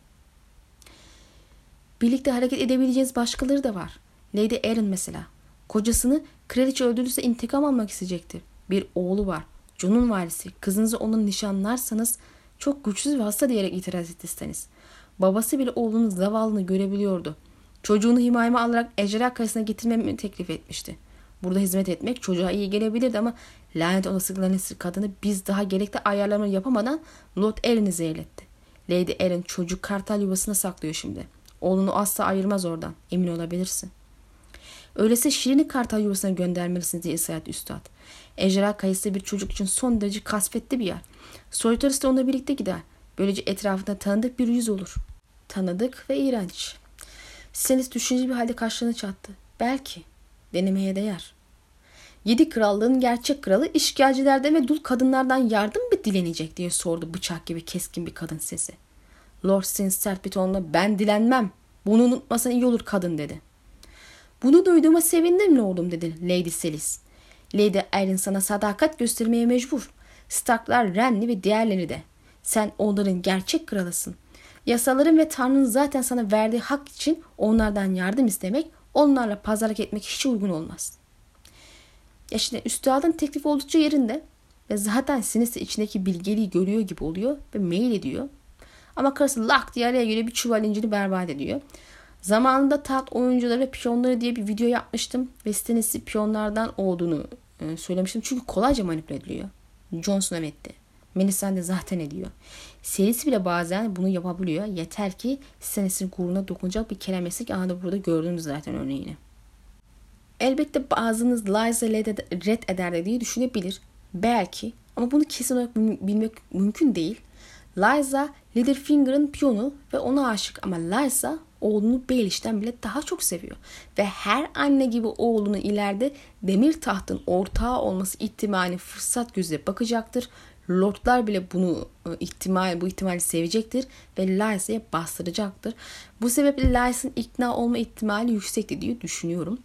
A: Birlikte hareket edebileceğiniz başkaları da var. Lady Arryn mesela. Kocasını kraliçe öldürürse intikam almak isteyecektir. Bir oğlu var. Jon'un varisi. Kızınızı onun nişanlarsanız çok güçsüz ve hasta diyerek itiraz etti Stannis. Babası bile oğlunun zavallını görebiliyordu. Çocuğunu himayeme alarak ejderha karşısına getirmemi teklif etmişti. Burada hizmet etmek çocuğa iyi gelebilirdi ama lanet olası Lannister kadını biz daha gerekli ayarlamaları yapamadan Lord Arryn'i zehirletti. Lady Arryn çocuk kartal yuvasına saklıyor şimdi. Oğlunu asla ayırmaz oradan. Emin olabilirsin. Öyleyse Şirin'i kartal yuvasına göndermelisiniz diye ısrar üstad. Ejderha kayısı bir çocuk için son derece kasvetli bir yer. Soytarısı da onunla birlikte gider. Böylece etrafında tanıdık bir yüz olur. Tanıdık ve iğrenç. Stannis düşünceli bir halde kaşlarını çattı. Belki. Denemeye değer. 7 krallığın gerçek kralı işgalcilerden ve dul kadınlardan yardım mı dilenecek diye sordu bıçak gibi keskin bir kadın sesi. Lord Stannis sert bir tonla ben dilenmem. Bunu unutmasan iyi olur kadın dedi. Bunu duyduğuma sevindim lordum dedi Lady Selis. Lady Arryn sana sadakat göstermeye mecbur. Starklar, Renly ve diğerleri de. Sen onların gerçek kralısın. Yasaların ve Tanrı'nın zaten sana verdiği hak için onlardan yardım istemek, onlarla pazarlık etmek hiç uygun olmaz. Ya şimdi üstadın teklif oldukça yerinde ve zaten Stannis içindeki bilgeliği görüyor gibi oluyor ve mail ediyor. Ama karısı lak diye araya göre bir çuval incini berbat ediyor. Zamanında taht oyuncuları ve piyonları diye bir video yapmıştım ve Stannis'i piyonlardan olduğunu söylemiştim. Çünkü kolayca manipüle ediliyor. Jon Snow etti. Melisandre zaten ediyor. Serisi bile bazen bunu yapabiliyor. Yeter ki Stannis'in gururuna dokunacak bir kelimesizlik anında burada gördüğünüz zaten örneğini. Elbette bazınız Lysa'yı red eder diye düşünebilir. Belki ama bunu kesin olarak bilmek mümkün değil. Lysa Littlefinger'ın piyonu ve ona aşık ama Lysa oğlunu Baelish'ten bile daha çok seviyor. Ve her anne gibi oğlunu ileride demir tahtın ortağı olması ihtimaline fırsat gözüyle bakacaktır. Lordlar bile bu ihtimali sevecektir ve Lysa'ya bastıracaktır. Bu sebeple Lysa'nın ikna olma ihtimali yüksekti diye düşünüyorum.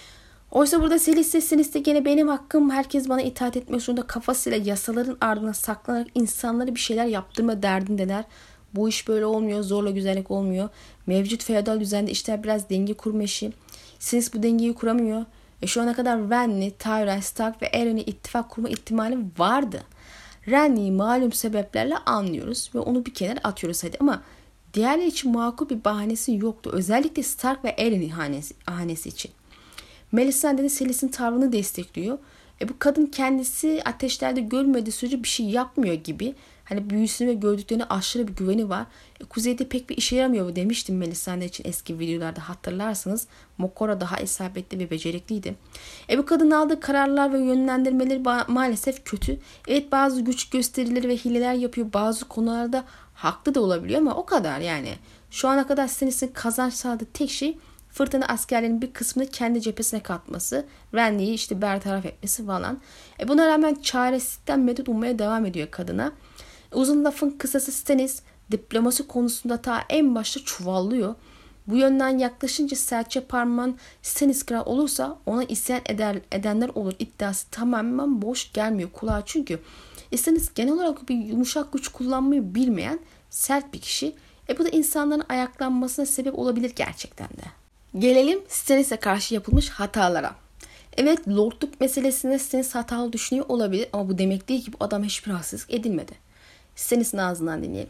A: Oysa burada Stannis de gene benim hakkım, herkes bana itaat etmek zorunda kafasıyla yasaların ardına saklanarak insanlara bir şeyler yaptırma derdindeler. Bu iş böyle olmuyor, zorla güzellik olmuyor. Mevcut feodal düzende işler biraz denge kurma işi. Stannis bu dengeyi kuramıyor. Şu ana kadar Renly, Tyrell, Stark ve Aeryn'e ittifak kurma ihtimali vardı. Renly'yi malum sebeplerle anlıyoruz ve onu bir kenara atıyoruz hadi ama diğerleri için makul bir bahanesi yoktu. Özellikle Stark ve Aeryn hanesi için. Melisandre Selis'in tavrını destekliyor. Bu kadın kendisi ateşlerde görmediği sürece bir şey yapmıyor gibi. Hani büyüsüne ve gördüklerine aşırı bir güveni var. Kuzeyde pek bir işe yaramıyor demiştim Melisandre için eski videolarda hatırlarsınız. Moqorra daha isabetli ve becerikliydi. Bu kadın aldığı kararlar ve yönlendirmeleri maalesef kötü. Evet bazı güç gösterileri ve hileler yapıyor. Bazı konularda haklı da olabiliyor ama o kadar yani. Şu ana kadar Stannis'in kazanç sağladığı tek şey Fırtına askerlerinin bir kısmını kendi cephesine katması, Renly'yi işte bertaraf etmesi falan. Buna rağmen çaresizlikten medet ummaya devam ediyor kadına. Uzun lafın kısası Stannis diplomasi konusunda ta en başta çuvallıyor. Bu yönden yaklaşınca serçe parmağın Stannis kral olursa ona isyan edenler olur iddiası tamamen boş gelmiyor kulağa çünkü Stannis genel olarak bir yumuşak güç kullanmayı bilmeyen sert bir kişi. Bu da insanların ayaklanmasına sebep olabilir gerçekten de. Gelelim Stannis'e karşı yapılmış hatalara. Evet lordluk meselesinde Stannis hatalı düşünüyor olabilir ama bu demek değil ki bu adam hiçbir haksızlık edilmedi. Stannis'in ağzından dinleyelim.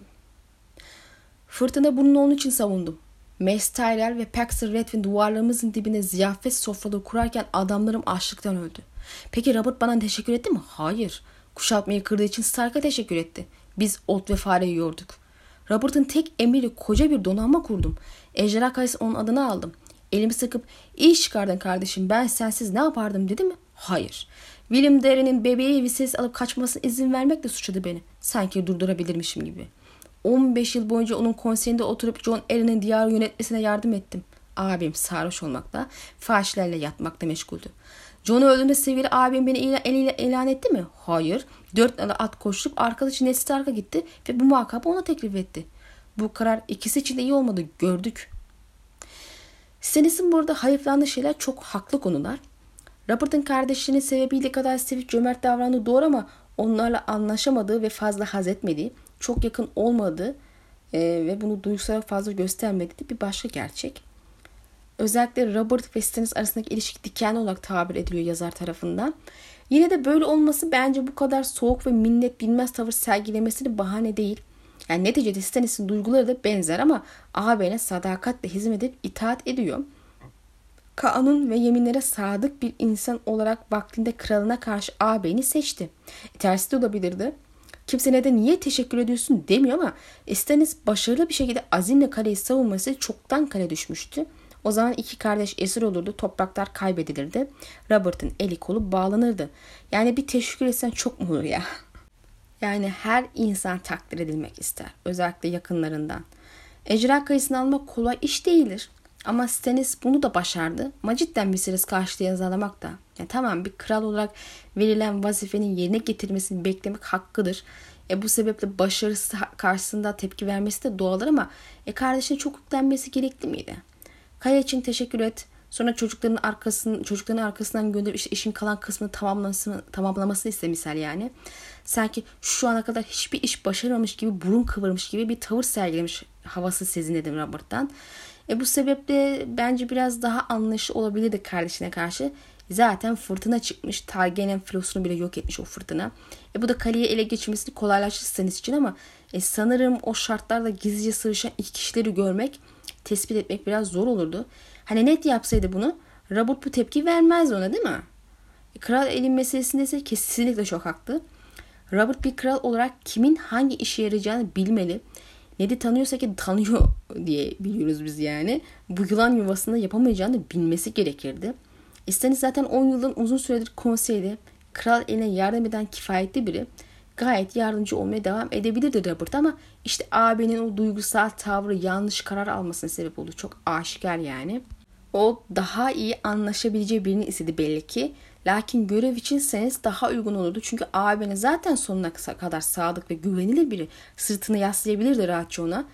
A: Fırtına bunu onun için savundum. Mace Tyrell ve Paxter Redwyn duvarlarımızın dibine ziyafet sofraları kurarken adamlarım açlıktan öldü. Peki Robert bana teşekkür etti mi? Hayır. Kuşatmayı kırdığı için Stark'a teşekkür etti. Biz ot ve fare yiyorduk. Robert'ın tek emriyle koca bir donanma kurdum. Ejderha Kalesi onun adını aldım. Elimi sıkıp iyi iş çıkardın kardeşim ben sensiz ne yapardım dedi mi? Hayır. William Darren'in bebeği Viserys alıp kaçmasına izin vermekle suçladı beni. Sanki durdurabilirmişim gibi. 15 yıl boyunca onun konseyinde oturup Jon Arryn'in diyarı yönetmesine yardım ettim. Abim sarhoş olmakla, fahişelerle yatmakla meşguldü. Jon'u öldüğünde sevgili abim beni eliyle ilan etti mi? Hayır. 4 nala at koşturup arkadaşı Ned Stark'a gitti ve bu makabı ona teklif etti. Bu karar ikisi için de iyi olmadı gördük. Stannis'in burada hayıflandığı şeyler çok haklı konular. Robert'ın kardeşinin sebebiyle kadar sevip cömert davrandığı doğru ama onlarla anlaşamadığı ve fazla haz etmediği, çok yakın olmadığı ve bunu duygusal fazla göstermediği de bir başka gerçek. Özellikle Robert ve Stannis arasındaki ilişki dikenli olarak tabir ediliyor yazar tarafından. Yine de böyle olması bence bu kadar soğuk ve minnet bilmez tavır sergilemesini bahane değil. Yani neticede Stannis'in duyguları da benzer ama ağabeyine sadakatle hizmet edip itaat ediyor. Kanun ve yeminlere sadık bir insan olarak vaktinde kralına karşı ağabeyini seçti. Tersi de olabilirdi. Kimse neden niye teşekkür ediyorsun demiyor ama Stannis başarılı bir şekilde azimle kaleyi savunması çoktan kale düşmüştü. O zaman iki kardeş esir olurdu, topraklar kaybedilirdi. Robert'ın eli kolu bağlanırdı. Yani bir teşekkür etsen çok mu olur ya? Yani her insan takdir edilmek ister. Özellikle yakınlarından. Ejderha kayısını almak kolay iş değildir. Ama Stannis bunu da başardı. Ama cidden Viserys karşıtı yazılamak da. Yani tamam, bir kral olarak verilen vazifenin yerine getirilmesini beklemek hakkıdır. Bu sebeple başarısı karşısında tepki vermesi de doğaldır ama kardeşine çok yüklenmesi gerekli miydi? Kaya için teşekkür et. Sonra çocukların arkasından gönderip işte işin kalan kısmını tamamlamasını istemişler yani. Sanki şu ana kadar hiçbir iş başaramamış gibi, burun kıvırmış gibi bir tavır sergilemiş havası sezinledim Robert'tan. Bu sebeple bence biraz daha anlayışlı olabilirdi kardeşine karşı. Zaten fırtına çıkmış. Targaryen filosunu bile yok etmiş o fırtına. Bu da kaleyi ele geçirmesini kolaylaştırır Stannis için ama sanırım o şartlarda gizlice sığışan iki kişileri görmek, tespit etmek biraz zor olurdu. Hani net yapsaydı bunu, Robert bu tepki vermezdi ona, değil mi? Kral elin meselesinde ise kesinlikle çok haklı. Robert bir kral olarak kimin hangi işe yarayacağını bilmeli. Ned'i tanıyorsa ki tanıyor diye biliyoruz biz yani. Bu yılan yuvasında yapamayacağını bilmesi gerekirdi. Stannis zaten 10 yıldan uzun süredir konseyde, kral eline yardım eden kifayetli biri. Gayet yardımcı olmaya devam edebilirdi Robert ama işte abinin o duygusal tavrı yanlış karar almasına sebep oldu. Çok aşikar yani. O daha iyi anlaşabileceği birini istedi belli ki. Lakin görev için Stannis daha uygun olurdu. Çünkü abine zaten sonuna kadar sadık ve güvenilir biri. Sırtını yaslayabilirdi rahatça ona.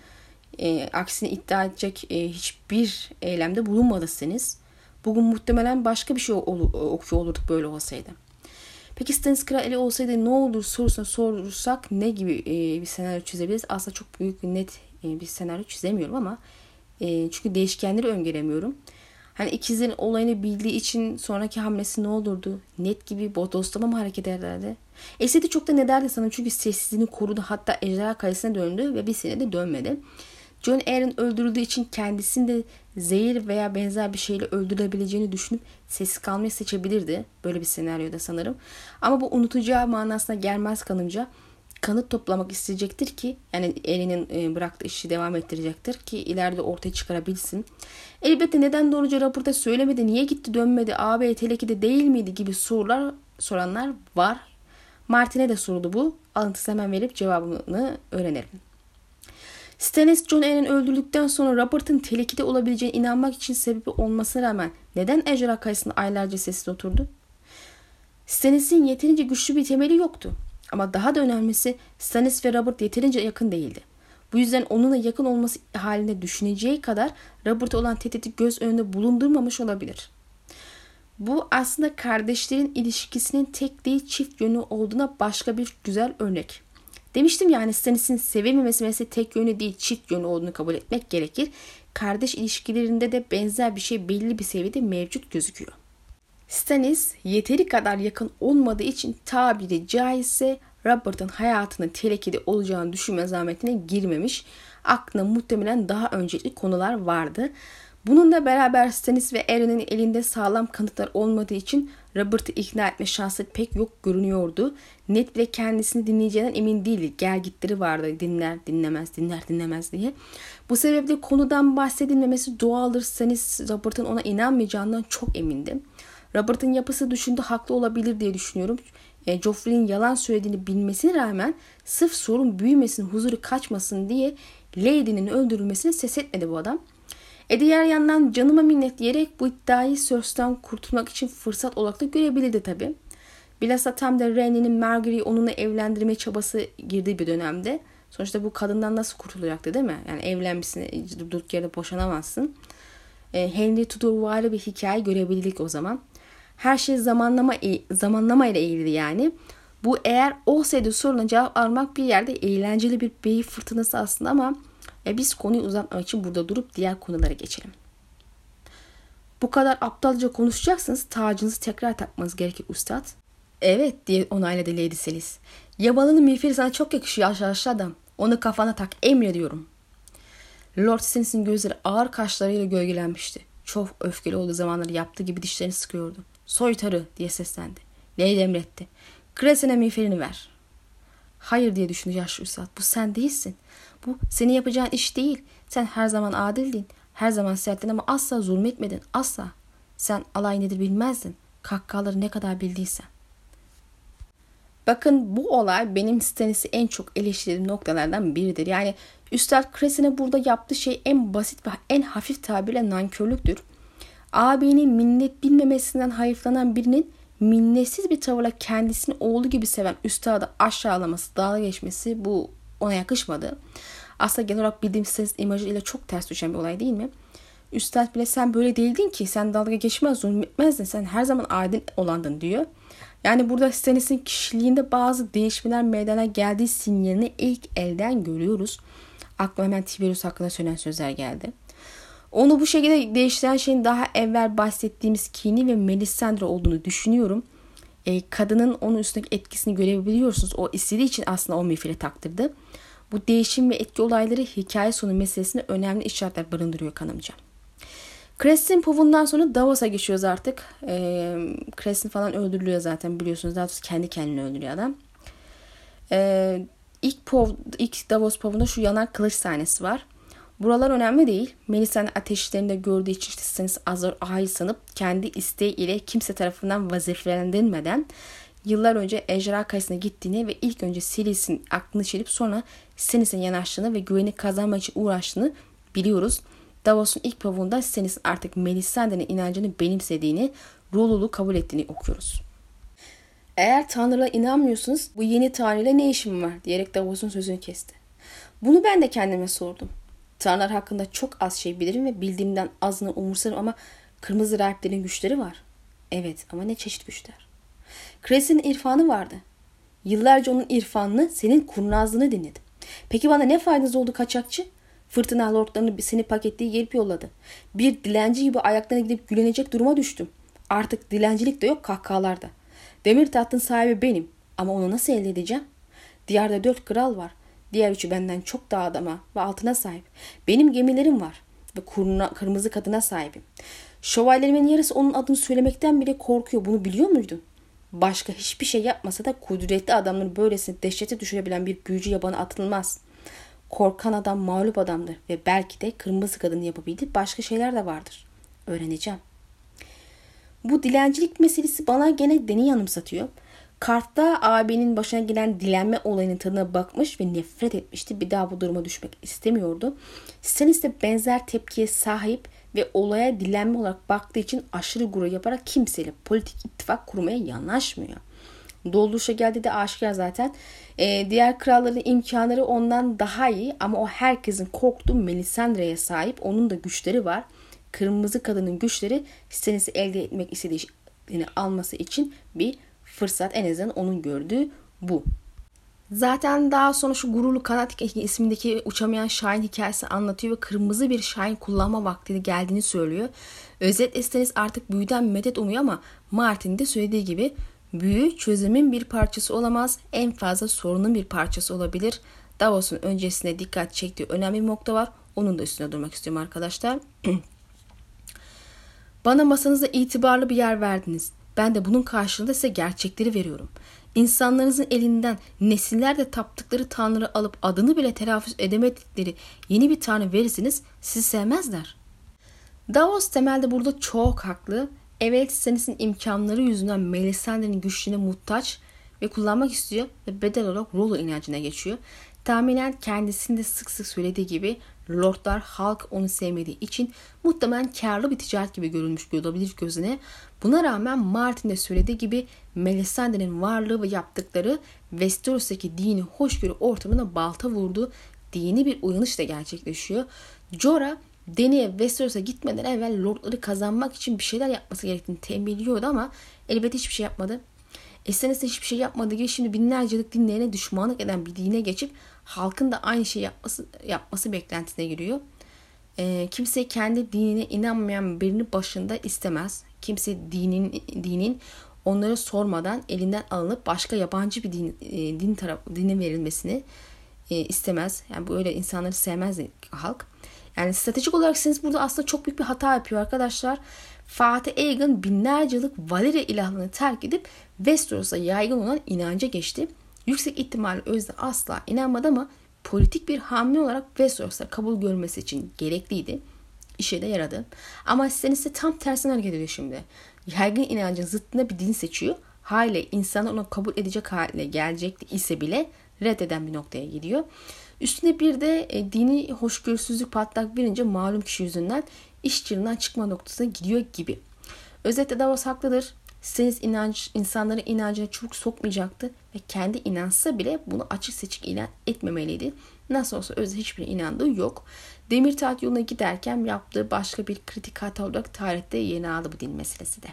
A: Aksini iddia edecek hiçbir eylemde bulunmadı Stannis. Bugün muhtemelen başka bir şey okuyor olurduk böyle olsaydı. Peki Stannis kral eli olsaydı ne olur sorusunu sorursak ne gibi bir senaryo çizebiliriz? Aslında çok büyük ve net bir senaryo çizemiyorum ama çünkü değişkenleri öngöremiyorum. Hani ikizlerin olayını bildiği için sonraki hamlesi ne olurdu? Net gibi bodoslama mı hareket ederlerdi? Esedi çok da ne derdi sana çünkü sessizliğini korudu, hatta ejderha kayısına döndü ve bir sene de dönmedi. Jon Arryn öldürüldüğü için kendisini de zehir veya benzer bir şeyle öldürebileceğini düşünüp sessiz kalmayı seçebilirdi. Böyle bir senaryoda sanırım. Ama bu unutacağı manasına gelmez kanımca. Kanıt toplamak isteyecektir ki yani Arryn'in bıraktığı işi devam ettirecektir ki ileride ortaya çıkarabilsin. Elbette neden doğruca raporta söylemedi, niye gitti dönmedi, ağabey telekide değil miydi gibi soranlar var. Martin'e de soruldu bu. Alıntısı hemen verip cevabını öğrenelim. Stannis Jon Arryn öldürdükten sonra Robert'ın telekide olabileceğine inanmak için sebebi olmasına rağmen neden ejderha kayısında aylarca sessiz oturdu? Stannis'in yeterince güçlü bir temeli yoktu. Ama daha da önemlisi Stannis ve Robert yeterince yakın değildi. Bu yüzden onunla yakın olması halinde düşüneceği kadar Robert'a olan tehdidi göz önünde bulundurmamış olabilir. Bu aslında kardeşlerin ilişkisinin tek değil çift yönlü olduğuna başka bir güzel örnek. Demiştim yani Stannis'in sevememesi meselesi tek yönlü değil çift yönlü olduğunu kabul etmek gerekir. Kardeş ilişkilerinde de benzer bir şey belli bir seviyede mevcut gözüküyor. Stannis yeteri kadar yakın olmadığı için tabiri caizse Robert'ın hayatının tehlikede olacağını düşünme zahmetine girmemiş. Aklına muhtemelen daha öncelikli konular vardı. Bununla beraber Stannis ve Arryn'in elinde sağlam kanıtlar olmadığı için Robert'ı ikna etme şansı pek yok görünüyordu. Ned bile kendisini dinleyeceğinden emin değildi. Gelgitleri vardı, dinlemez diye. Bu sebeple konudan bahsedilmemesi doğaldır. Stannis Robert'ın ona inanmayacağından çok emindim. Robert'ın yapısı düşündü haklı olabilir diye düşünüyorum. Joffrey'nin yalan söylediğini bilmesine rağmen sırf sorun büyümesin, huzuru kaçmasın diye Lady'nin öldürülmesine ses etmedi bu adam. Diğer yandan canıma minnet diyerek bu iddiayı Cersei'den kurtulmak için fırsat olarak da görebilirdi tabi. Bilhassa tam da Renly'nin Margaery'i onunla evlendirme çabası girdiği bir dönemde. Sonuçta bu kadından nasıl kurtulacaktı değil mi? Yani evlenmişsin, durduk yerde boşanamazsın. Henry Tudorvari bir hikaye görebilirdik o zaman. Her şey zamanlamayla ilgili yani. Bu eğer olsaydı soruna cevap almak bir yerde eğlenceli bir beyin fırtınası aslında ama biz konuyu uzatmak için burada durup diğer konulara geçelim. Bu kadar aptalca konuşacaksınız, tacınızı tekrar takmanız gerekir üstad. Evet diye onayladı Lady Selis. Yabalının miğferi sana çok yakışıyor yaşlı adam. Onu kafana tak, emrediyorum. Lord Stannis'in gözleri ağır kaşlarıyla gölgelenmişti. Çok öfkeli olduğu zamanları yaptığı gibi dişlerini sıkıyordu. Soytarı diye seslendi. Lady emretti. Kraliçene miğferini ver. Hayır diye düşündü yaşlı üstad. Bu sen değilsin. Bu senin yapacağın iş değil. Sen her zaman adildin. Her zaman serttin ama asla zulmetmedin. Asla. Sen alay nedir bilmezdin. Kahkahaları ne kadar bildiysen. Bakın bu olay benim Stannis'i en çok eleştirdiğim noktalardan biridir. Yani Üstad Crescent'e burada yaptığı şey en basit ve en hafif tabirle nankörlüktür. Ağabeyinin minnet bilmemesinden hayıflanan birinin minnetsiz bir tavırla kendisini oğlu gibi seven üstadı aşağılaması, dalga geçmesi bu ona yakışmadı. Aslında genel olarak bildiğim Stannis imajıyla çok ters düşen bir olay değil mi? Üstad bile sen böyle değildin ki, sen dalga geçmez, zulmetmezdin, sen her zaman adil olandın diyor. Yani burada Stannis'in kişiliğinde bazı değişmeler meydana geldiği sinyalini ilk elden görüyoruz. Aklıma hemen Tiberius hakkında söylenen sözler geldi. Onu bu şekilde değiştiren şeyin daha evvel bahsettiğimiz Kini ve Melisandre olduğunu düşünüyorum. Kadının onun üstündeki etkisini görebiliyorsunuz. O istediği için aslında o mifile taktırdı. Bu değişim ve etki olayları hikaye sonu meselesine önemli işaretler barındırıyor kanımca. Crescent Pov'undan sonra Davos'a geçiyoruz artık. Crescent falan öldürülüyor zaten biliyorsunuz. Daha doğrusu kendi kendini öldürüyor adam. İlk Davos Pov'unda şu yanan kılıç sahnesi var. Buralar önemli değil. Melisandre ateşlerinde gördüğü için işte Stannis Azor Ahai sanıp kendi isteği ile kimse tarafından vazifelendirilmeden yıllar önce Ejderha Kayası'na gittiğini ve ilk önce Siris'in aklını çelip sonra Stannis'e yanaştığını ve güveni kazanmak için uğraştığını biliyoruz. Davos'un ilk pavuğunda Stannis'in artık Melisandre'nin inancını benimsediğini, Rollo'lu kabul ettiğini okuyoruz. Eğer Tanrı'la inanmıyorsunuz, bu yeni Tanrı'yla ne işim var diyerek Davos'un sözünü kesti. Bunu ben de kendime sordum. Tanrılar hakkında çok az şey bilirim ve bildiğimden azını umursarım ama kırmızı rahiplerin güçleri var. Evet ama ne çeşit güçler. Crescent'in irfanı vardı. Yıllarca onun irfanını, senin kurnazlığını dinledim. Peki bana ne faydası oldu kaçakçı? Fırtına lordlarını seni paketliği gelip yolladı. Bir dilenci gibi ayaklarına gidip gülenecek duruma düştüm. Artık dilencilik de yok, kahkahalar da. Demir tahtın sahibi benim ama onu nasıl elde edeceğim? Diyarda 4 kral var. Diğer 3'ü benden çok daha adama ve altına sahip. Benim gemilerim var ve kırmızı kadına sahibim. Şövalyelerimin yarısı onun adını söylemekten bile korkuyor. Bunu biliyor muydun? Başka hiçbir şey yapmasa da kudretli adamları böylesine dehşete düşürebilen bir büyücü yabana atılmaz. Korkan adam mağlup adamdır ve belki de kırmızı kadın yapabildiği başka şeyler de vardır. Öğreneceğim. Bu dilencilik meselesi bana gene Dany'i anımsatıyor. Kart'ta abinin başına gelen dilenme olayının tadına bakmış ve nefret etmişti. Bir daha bu duruma düşmek istemiyordu. Stannis de benzer tepkiye sahip ve olaya dilenme olarak baktığı için aşırı gurur yaparak kimseyle politik ittifak kurmaya yanaşmıyor. Dolduruşa geldi de aşikar zaten. Diğer kralların imkanları ondan daha iyi ama o herkesin korktuğu Melisandre'ye sahip. Onun da güçleri var. Kırmızı kadının güçleri Stannis'i elde etmek istediğini alması için bir fırsat, en azından onun gördüğü bu. Zaten daha sonra şu Gururlu Kanat ismindeki uçamayan şahin hikayesi anlatıyor ve kırmızı bir şahin kullanma vakti geldiğini söylüyor. Özetle Stannis artık büyüden medet umuyor ama Martin'in de söylediği gibi büyü çözümün bir parçası olamaz, en fazla sorunun bir parçası olabilir. Davos'un öncesine dikkat çektiği önemli bir nokta var. Onun da üstüne durmak istiyorum arkadaşlar. Bana masanızda itibarlı bir yer verdiniz. Ben de bunun karşılığında size gerçekleri veriyorum. İnsanlarınızın elinden nesillerde taptıkları tanrı alıp adını bile telaffuz edemedikleri yeni bir tanrı verirseniz sizi sevmezler. Davos temelde burada çok haklı. Evet, Stannis'in imkanları yüzünden Melisandre'nin güçlüğüne muhtaç ve kullanmak istiyor ve bedel olarak Rollo inancına geçiyor. Tahminen kendisinin de sık sık söylediği gibi lordlar, halk onu sevmediği için muhtemelen karlı bir ticaret gibi görülmüş olabilir gözüne. Buna rağmen Martin de söylediği gibi Melisandre'nin varlığı ve yaptıkları Westeros'taki dini hoşgörü ortamına balta vurdu. Dini bir uyanış da gerçekleşiyor. Jorah Dany'e Westeros'a gitmeden evvel lordları kazanmak için bir şeyler yapması gerektiğini tembihliyordu ama elbette hiçbir şey yapmadı. Stannis de hiçbir şey yapmadığı gibi şimdi binlerce yıllık dinlerine düşmanlık eden bir dine geçip halkın da aynı şeyi yapması beklentisine giriyor. Kimse kendi dinine inanmayan birini başında istemez. Kimse dinin onlara sormadan elinden alınıp başka yabancı bir dine verilmesini istemez. Yani böyle insanları sevmez halk. Yani stratejik olarak siz burada aslında çok büyük bir hata yapıyor arkadaşlar. Fatih Aegon binlerce yıllık Valyria ilahlığını terk edip Westeros'a yaygın olan inanca geçti. Yüksek ihtimalle Özde asla inanmadı ama politik bir hamle olarak Westeros'a kabul görmesi için gerekliydi. İşe de yaradı. Ama Stannis de tam tersine hareket ediyor şimdi. Yaygın inancın zıttına bir din seçiyor. hale insanlar onu kabul edecek hale gelecek ise bile reddeden bir noktaya gidiyor. Üstüne bir de dini hoşgörüsüzlük patlak verince malum kişi yüzünden iş çığırından çıkma noktasına gidiyor gibi. Özetle Davos haklıdır. Stennis insanların inancına çabuk sokmayacaktı ve kendi inansa bile bunu açık seçik ilan etmemeliydi. Nasıl olsa özde hiçbir inandığı yok. Demirtaht yoluna giderken yaptığı başka bir kritik hata olarak tarihte yerini aldı bu din meselesi de.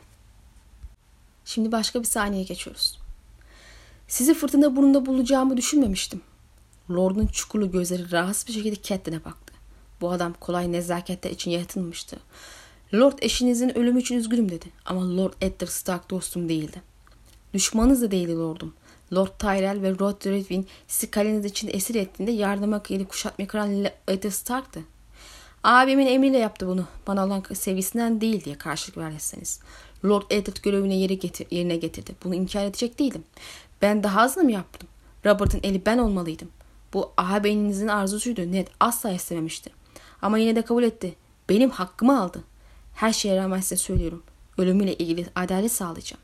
A: Şimdi başka bir sahneye geçiyoruz. Sizi fırtına burnunda bulacağımı düşünmemiştim. Lord'un çukurlu gözleri rahatsız bir şekilde Catelyn'e baktı. Bu adam kolay nezaketler için yaratılmıştı. Lord eşinizin ölümü için üzgünüm dedi. Ama Lord Eddard Stark dostum değildi. Düşmanınız da değildi Lord'um. Lord Tyrell ve Rod Redwine sizi kaleniz için esir ettiğinde yardıma gelip kuşatmayı kıran Eddard Stark'tı. Abimin emriyle yaptı bunu. Bana olan sevgisinden değil diye karşılık verirseniz. Lord Eddard görevini yerine getirdi. Bunu inkar edecek değilim. Ben daha azını mı yaptım? Robert'ın eli ben olmalıydım. Bu ağabeyinizin arzusuydu. Ned asla istememişti. Ama yine de kabul etti. Benim hakkımı aldı. Her şeye rağmen size söylüyorum. Ölümüyle ilgili adalet sağlayacağım.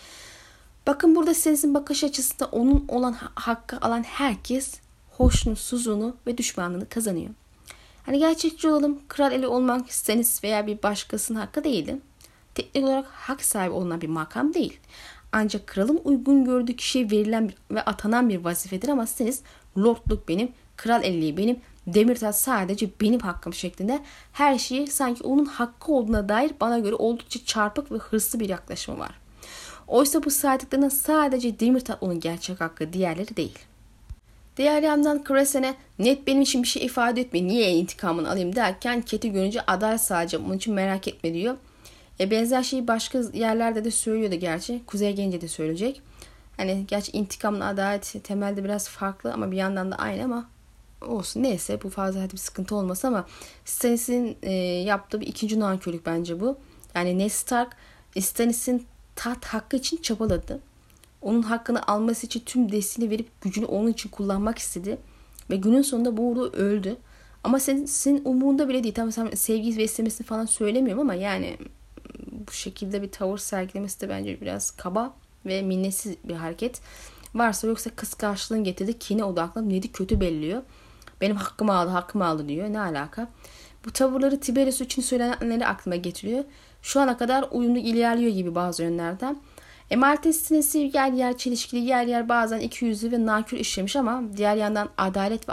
A: Bakın burada Stannis'in bakış açısında onun olan hakkı alan herkes hoşnutsuzluğunu ve düşmanlığını kazanıyor. Hani gerçekçi olalım. Kral eli olmak Stannis veya bir başkasının hakkı değildi. Teknik olarak hak sahibi olunan bir makam değil. Ancak kralın uygun gördüğü kişiye verilen ve atanan bir vazifedir ama Stannis lordluk benim, kral elliği benim, Demirtaht sadece benim hakkım şeklinde her şeyi sanki onun hakkı olduğuna dair bana göre oldukça çarpık ve hırslı bir yaklaşımı var. Oysa bu saydıklarının sadece Demirtaht onun gerçek hakkı, diğerleri değil. Diğer yandan Cressen'e net benim için bir şey ifade etme, niye intikamını alayım derken Cat'i görünce adalet sağlayacağım, onun için merak etme diyor. Benzer şeyi başka yerlerde de söylüyordu gerçi. Kuzey gelince de söyleyecek. Hani gerçi intikamla adalet temelde biraz farklı ama bir yandan da aynı ama olsun neyse bu fazla hadi bir sıkıntı olmasa ama Stannis'in yaptığı bir ikinci nankörlük bence bu. Yani Ned Stark Stannis'in taht hakkı için çabaladı. Onun hakkını alması için tüm desteğini verip gücünü onun için kullanmak istedi. Ve günün sonunda bu uğurda öldü. Ama senin umurunda bile değil. Tamam sevgi ve istemesini falan söylemiyorum ama yani bu şekilde bir tavır sergilemesi de bence biraz kaba ve minnetsiz bir hareket. Varsa yoksa kıskançlığın getirdi. Kine odaklanıp Ned'i kötü belliyor. Benim hakkımı aldı diyor. Ne alaka? Bu tavırları Tiberius için söylenenleri aklıma getiriyor. Şu ana kadar uyumlu ilerliyor gibi bazı yönlerden. Martin Stannis'i yer yer çelişkili, yer yer bazen ikiyüzlü ve nankör işlemiş ama diğer yandan adalet ve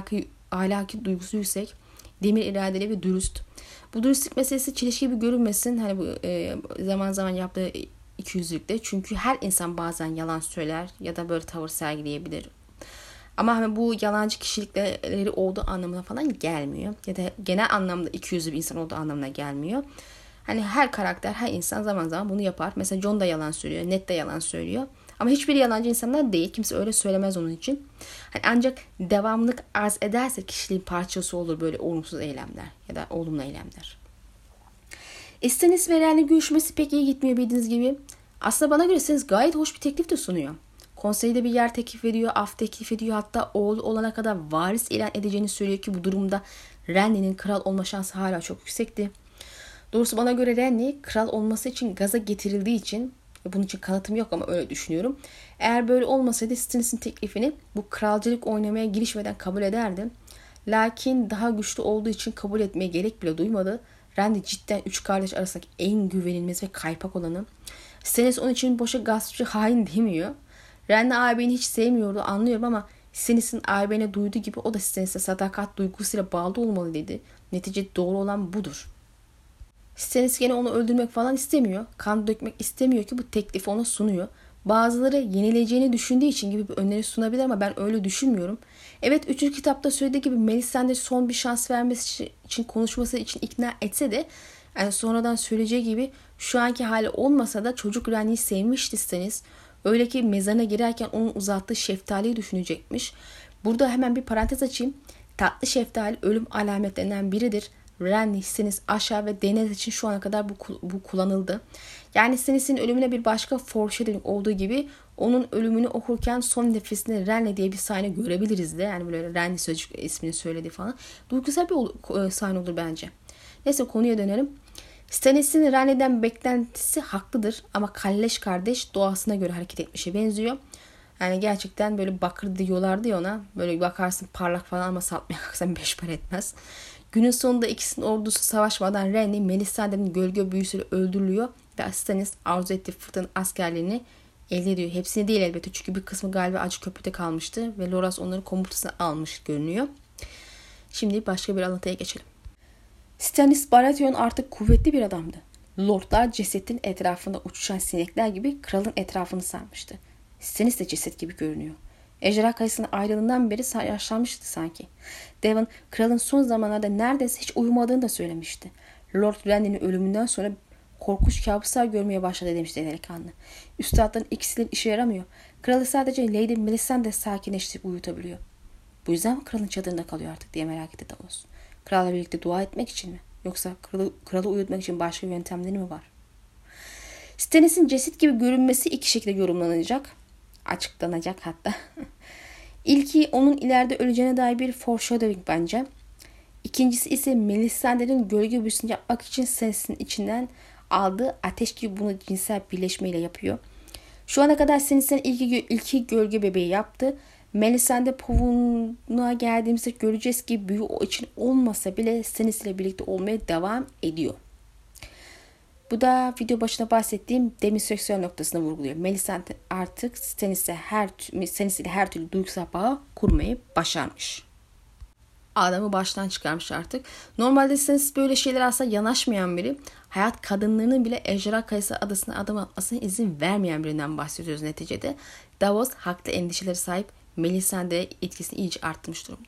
A: ahlaki duygusu yüksek, demir iradeli ve dürüst. Bu dürüstlük meselesi çelişki gibi görünmesin. Hani bu zaman zaman yaptığı ikiyüzlülükte. Çünkü her insan bazen yalan söyler ya da böyle tavır sergileyebilir. Ama hani bu yalancı kişilikleri olduğu anlamına falan gelmiyor. Ya da genel anlamda ikiyüzlü bir insan olduğu anlamına gelmiyor. Hani her karakter, her insan zaman zaman bunu yapar. Mesela Jon da yalan söylüyor, Ned de yalan söylüyor. Ama hiçbiri yalancı insanlar değil. Kimse öyle söylemez onun için. Hani ancak devamlılık arz ederse kişiliğin parçası olur böyle olumsuz eylemler ya da olumlu eylemler. Stannis ve Renly görüşmesi pek iyi gitmiyor bildiğiniz gibi. Aslında bana göre Stannis gayet hoş bir teklif de sunuyor. Konseyde bir yer teklif ediyor, af teklif ediyor. Hatta oğlu olana kadar varis ilan edeceğini söylüyor ki bu durumda Renly'nin kral olma şansı hala çok yüksekti. Doğrusu bana göre Renly kral olması için gaza getirildiği için, bunun için kanıtım yok ama öyle düşünüyorum. Eğer böyle olmasaydı Stannis'in teklifini bu kralcılık oynamaya girişmeden kabul ederdi. Lakin daha güçlü olduğu için kabul etmeye gerek bile duymadı. Renly cidden üç kardeş arasındaki en güvenilmez ve kaypak olanı. Stannis onun için boşa gaspçı hain demiyor. Renly ağabeyini hiç sevmiyordu anlıyorum ama Stannis'in ağabeyine duyduğu gibi o da Stannis'e sadakat duygusuyla bağlı olmalı dedi. Neticede doğru olan budur. Stannis gene onu öldürmek falan istemiyor. Kan dökmek istemiyor ki bu teklifi ona sunuyor. Bazıları yenileceğini düşündüğü için gibi bir öneri sunabilir ama ben öyle düşünmüyorum. Evet 3. kitapta söylediği gibi Melisandre son bir şans vermesi için konuşması için ikna etse de yani sonradan söyleyeceği gibi şu anki hali olmasa da çocuk Renly'yi sevmişti Stannis. Öyle ki mezarına girerken onun uzattığı şeftaliyi düşünecekmiş. Burada hemen bir parantez açayım. Tatlı şeftali ölüm alametlerinden biridir. Renly, Stannis aşağı ve Daenerys için şu ana kadar bu kullanıldı. Yani Stannis'in ölümüne bir başka foreshadowing olduğu gibi onun ölümünü okurken son nefesinde Renly diye bir sahne görebiliriz de. Yani böyle Renly sözcük ismini söyledi falan. Duygusal bir sahne olur bence. Neyse konuya dönelim. Stannis'in Renly'den beklentisi haklıdır ama kalleş kardeş doğasına göre hareket etmişe benziyor. Yani gerçekten böyle bakır diyorlardı ya ona. Böyle bakarsın parlak falan ama satmaya kalksan 5 para etmez. Günün sonunda ikisinin ordusu savaşmadan Renly, Melisandre'nin gölge büyüsüyle öldürülüyor ve Stannis arzu ettiği fırtınanın askerlerini elde ediyor. Hepsini değil elbette çünkü bir kısmı galiba Acıköprü'de kalmıştı ve Loras onları komutasına almış görünüyor. Şimdi başka bir anlatıya geçelim. Stannis Baratheon artık kuvvetli bir adamdı. Lordlar cesetin etrafında uçuşan sinekler gibi kralın etrafını sarmıştı. Stannis de ceset gibi görünüyor. Ejderha Kayası'nın ayrılığından beri yaşlanmıştı sanki. Daemon, kralın son zamanlarda neredeyse hiç uyumadığını da söylemişti. Lord Renly'nin ölümünden sonra korkunç kabuslar görmeye başladı demişti delikanlı. Üstadların ikisi de işe yaramıyor. Kralı sadece Lady Melisandre sakinleştirip uyutabiliyor. Bu yüzden mi kralın çadırında kalıyor artık diye merak etti Davos. Kralla birlikte dua etmek için mi? Yoksa kralı uyutmak için başka yöntemleri mi var? Stannis'in ceset gibi görünmesi iki şekilde yorumlanacak. Açıklanacak hatta. İlki onun ileride öleceğine dair bir foreshadowing bence. İkincisi ise Melisandre'nin gölge büyüsünü yapmak için Stannis'in içinden aldığı ateş gibi bunu cinsel birleşmeyle yapıyor. Şu ana kadar Stannis'in ilki gölge bebeği yaptı. Melisandre povuğuna geldiğimizde göreceğiz ki büyü o için olmasa bile Stannis ile birlikte olmaya devam ediyor. Bu da video başında bahsettiğim demiseksüel noktasını vurguluyor. Melisandre artık Stannis ile her türlü duygusal bağı kurmayı başarmış. Adamı baştan çıkarmış artık. Normalde Stannis böyle şeyler aslında yanaşmayan biri. Hayat kadınlarının bile Ejderha Kayası adasına adım atmasına izin vermeyen birinden bahsediyoruz neticede. Davos haklı endişeleri sahip, Melisandre etkisini iyice arttırmış durumda.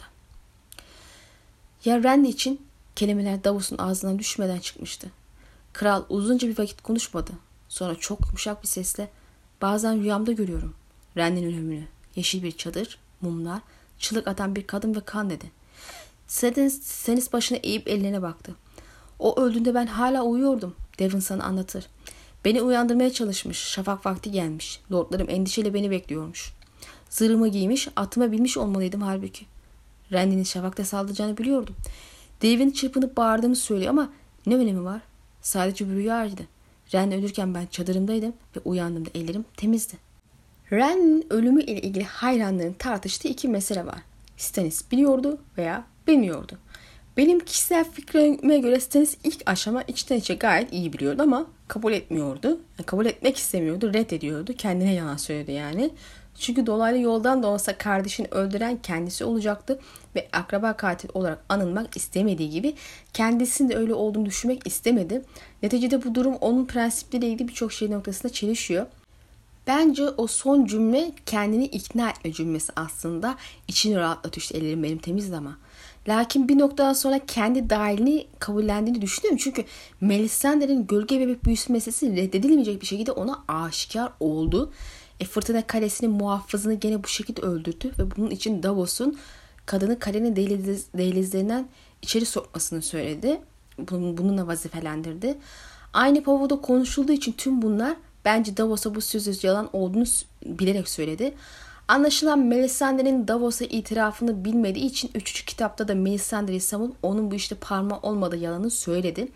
A: Ya Renly için kelimeler Davos'un ağzından düşmeden çıkmıştı. Kral uzunca bir vakit konuşmadı. Sonra çok yumuşak bir sesle bazen rüyamda görüyorum Renly'nin ölümünü. Yeşil bir çadır, mumlar, çığlık atan bir kadın ve kan dedi. Stannis başına eğip ellerine baktı. O öldüğünde ben hala uyuyordum. Devon sana anlatır. Beni uyandırmaya çalışmış. Şafak vakti gelmiş. Lordlarım endişeyle beni bekliyormuş. Zırhımı giymiş, atıma binmiş olmalıydım halbuki. Renly'nin şafakta saldıracağını biliyordum. Devin çırpınıp bağırdığımı söylüyor ama ne önemi var? Sadece bir rüyaydı. Renly ölürken ben çadırımdaydım ve uyandığımda ellerim temizdi. Renly'nin ölümü ile ilgili hayranların tartıştığı iki mesele var. Stannis biliyordu veya bilmiyordu. Benim kişisel fikrime göre Stannis ilk aşama içten içe gayet iyi biliyordu ama kabul etmiyordu. Yani kabul etmek istemiyordu, reddediyordu. Kendine yalan söyledi yani. Çünkü dolaylı yoldan da olsa kardeşini öldüren kendisi olacaktı ve akraba katil olarak anılmak istemediği gibi kendisinin de öyle olduğunu düşünmek istemedi. Neticede bu durum onun prensipleriyle ilgili birçok şey noktasında çelişiyor. Bence o son cümle kendini ikna etme cümlesi aslında. İçini rahatlatıyor, işte ellerim benim temizdi ama. Lakin bir noktadan sonra kendi dahilini kabullendiğini düşünüyorum. Çünkü Melisandre'nin gölge bebek büyüsü meselesi reddedilmeyecek bir şekilde ona aşikar oldu. Fırtına Kalesi'nin muhafızını gene bu şekilde öldürdü ve bunun için Davos'un kadını kalenin dehlizlerinden içeri sokmasını söyledi. Bununla vazifelendirdi. Aynı povoda konuşulduğu için tüm bunlar bence Davos'a bu sözü yalan olduğunu bilerek söyledi. Anlaşılan Melisandre'nin Davos'a itirafını bilmediği için 3. kitapta da Melisandre'yi savunup onun bu işte parmağı olmadığı yalanı söyledi.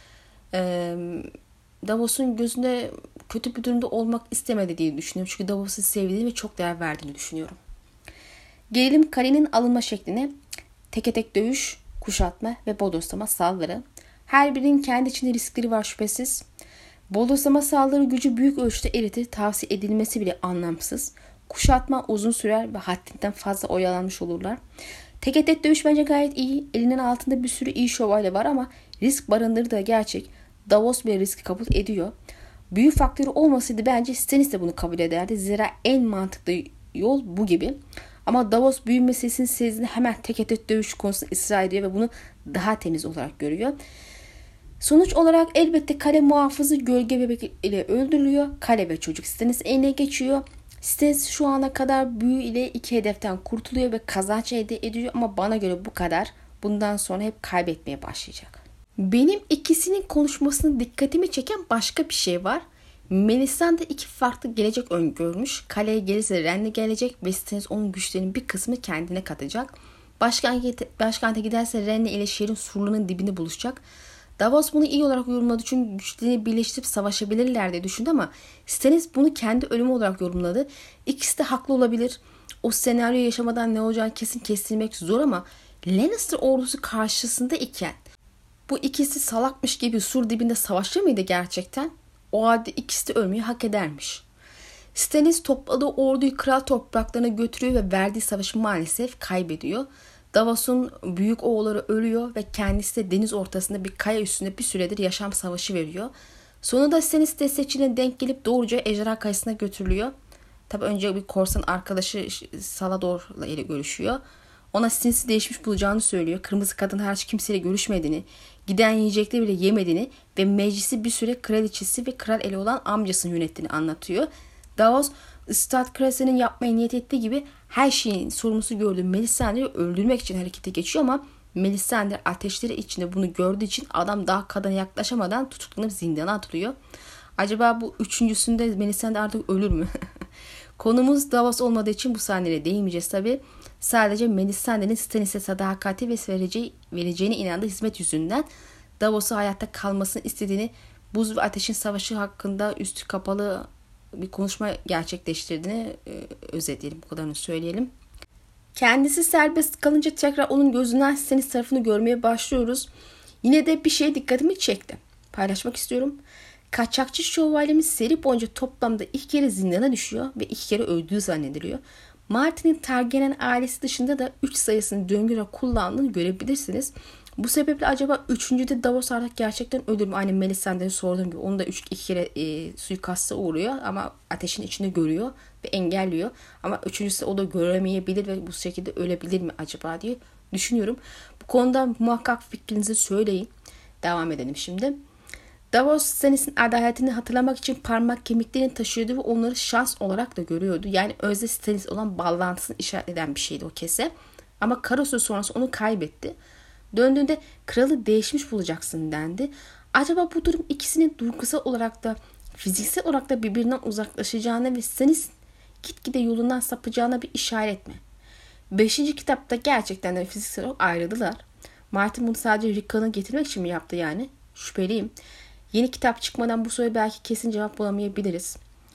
A: Davos'un gözünde kötü bir durumda olmak istemedi diye düşünüyorum. Çünkü Davos'u sevdiğini ve çok değer verdiğini düşünüyorum. Gelelim kalenin alınma şekline. Teke tek dövüş, kuşatma ve bodoslama saldırı. Her birinin kendi içinde riskleri var şüphesiz. Bodoslama saldırı gücü büyük ölçüde eritir, tavsiye edilmesi bile anlamsız. Kuşatma uzun sürer ve haddinden fazla oyalanmış olurlar. Teke tek dövüş bence gayet iyi. Elinin altında bir sürü iyi şövalye var ama risk barındırdığı da gerçek. Davos bile riski kabul ediyor. Büyü faktörü olmasaydı bence Stannis de bunu kabul ederdi. Zira en mantıklı yol bu gibi. Ama Davos büyü meselesini sezdiğinde hemen teke tek dövüş konusunda ısrar ediyor ve bunu daha temiz olarak görüyor. Sonuç olarak elbette kale muhafızı gölge bebek ile öldürülüyor. Kale ve çocuk Stannis eline geçiyor. Stannis şu ana kadar büyü ile iki hedeften kurtuluyor ve kazanç elde ediyor ama bana göre bu kadar. Bundan sonra hep kaybetmeye başlayacak. Benim ikisinin konuşmasını dikkatimi çeken başka bir şey var. Melisandre iki farklı gelecek öngörmüş. Kaleye gelirse Renly gelecek ve Stannis onun güçlerinin bir kısmını kendine katacak. Başkente giderse Renly ile şehrin surlarının dibinde buluşacak. Davos bunu iyi olarak yorumladı çünkü güçlerini birleştirip savaşabilirler diye düşündü ama Stannis bunu kendi ölümü olarak yorumladı. İkisi de haklı olabilir. O senaryoyu yaşamadan ne olacağını kesin kestirmek zor ama Lannister ordusu karşısında iken bu ikisi salakmış gibi sur dibinde savaşır mıydı gerçekten? O halde ikisi de ölmeyi hak edermiş. Stannis topladığı orduyu kral topraklarına götürüyor ve verdiği savaşı maalesef kaybediyor. Davos'un büyük oğulları ölüyor ve kendisi de deniz ortasında bir kaya üstünde bir süredir yaşam savaşı veriyor. Sonunda Stannis destekçilerine denk gelip doğruca Ejderha Kayası'na götürülüyor. Tabi önce bir korsan arkadaşı Salador'la ile görüşüyor. Ona Stannis'i değişmiş bulacağını söylüyor. Kırmızı kadın hariç kimseyle görüşmediğini, giden yiyecekleri bile yemediğini ve meclisi bir süre kraliçesi ve kral eli olan amcasının yönettiğini anlatıyor. Davos, Statkras'ın yapmaya niyet ettiği gibi her şeyin sorumlusu gördüğü Melisandre'yi öldürmek için harekete geçiyor ama Melisandre ateşleri içinde bunu gördüğü için adam daha kadına yaklaşamadan tutuklanıp zindana atılıyor. Acaba bu üçüncüsünde Melisandre artık ölür mü? Konumuz Davos olmadığı için bu sahnelere değinmeyeceğiz tabi. Sadece Melisandre'nin Stannis'e sadakati ve vereceğine inandığı hizmet yüzünden Davos'u hayatta kalmasını istediğini, buz ve ateşin savaşı hakkında üstü kapalı bir konuşma gerçekleştirdiğini özetleyelim. Bu kadarını söyleyelim. Kendisi serbest kalınca tekrar onun gözünden Stannis tarafını görmeye başlıyoruz. Yine de bir şeye dikkatimi çekti. Paylaşmak istiyorum. Kaçakçı şövalyemiz seri boyunca toplamda 2 kere zindana düşüyor ve 2 kere öldüğü zannediliyor. Martin'in Targaryen ailesi dışında da 3 sayısını döngüre kullandığını görebilirsiniz. Bu sebeple acaba 3. Davos artık gerçekten ölür mü? Aynı Melisandre'ye sorduğum gibi. Onu da 2 kere suikasta uğruyor ama ateşin içinde görüyor ve engelliyor. Ama 3.'sü o da göremeyebilir ve bu şekilde ölebilir mi acaba diye düşünüyorum. Bu konuda muhakkak fikrinizi söyleyin. Devam edelim şimdi. Davos Stannis'in adaletini hatırlamak için parmak kemiklerini taşıyordu ve onları şans olarak da görüyordu. Yani özde Stannis olan bağlantısını işaret eden bir şeydi o kese. Ama Karasu'yu sonrası onu kaybetti. Döndüğünde kralı değişmiş bulacaksın dendi. Acaba bu durum ikisinin duygusal olarak da fiziksel olarak da birbirinden uzaklaşacağına ve Stannis gitgide yolundan sapacağına bir işaret mi? 5. kitapta gerçekten de fiziksel olarak ayrıldılar. Martin bunu sadece Rickon'u getirmek için mi yaptı yani? Şüpheliyim. Yeni kitap çıkmadan bu soruya belki kesin cevap bulamayabiliriz.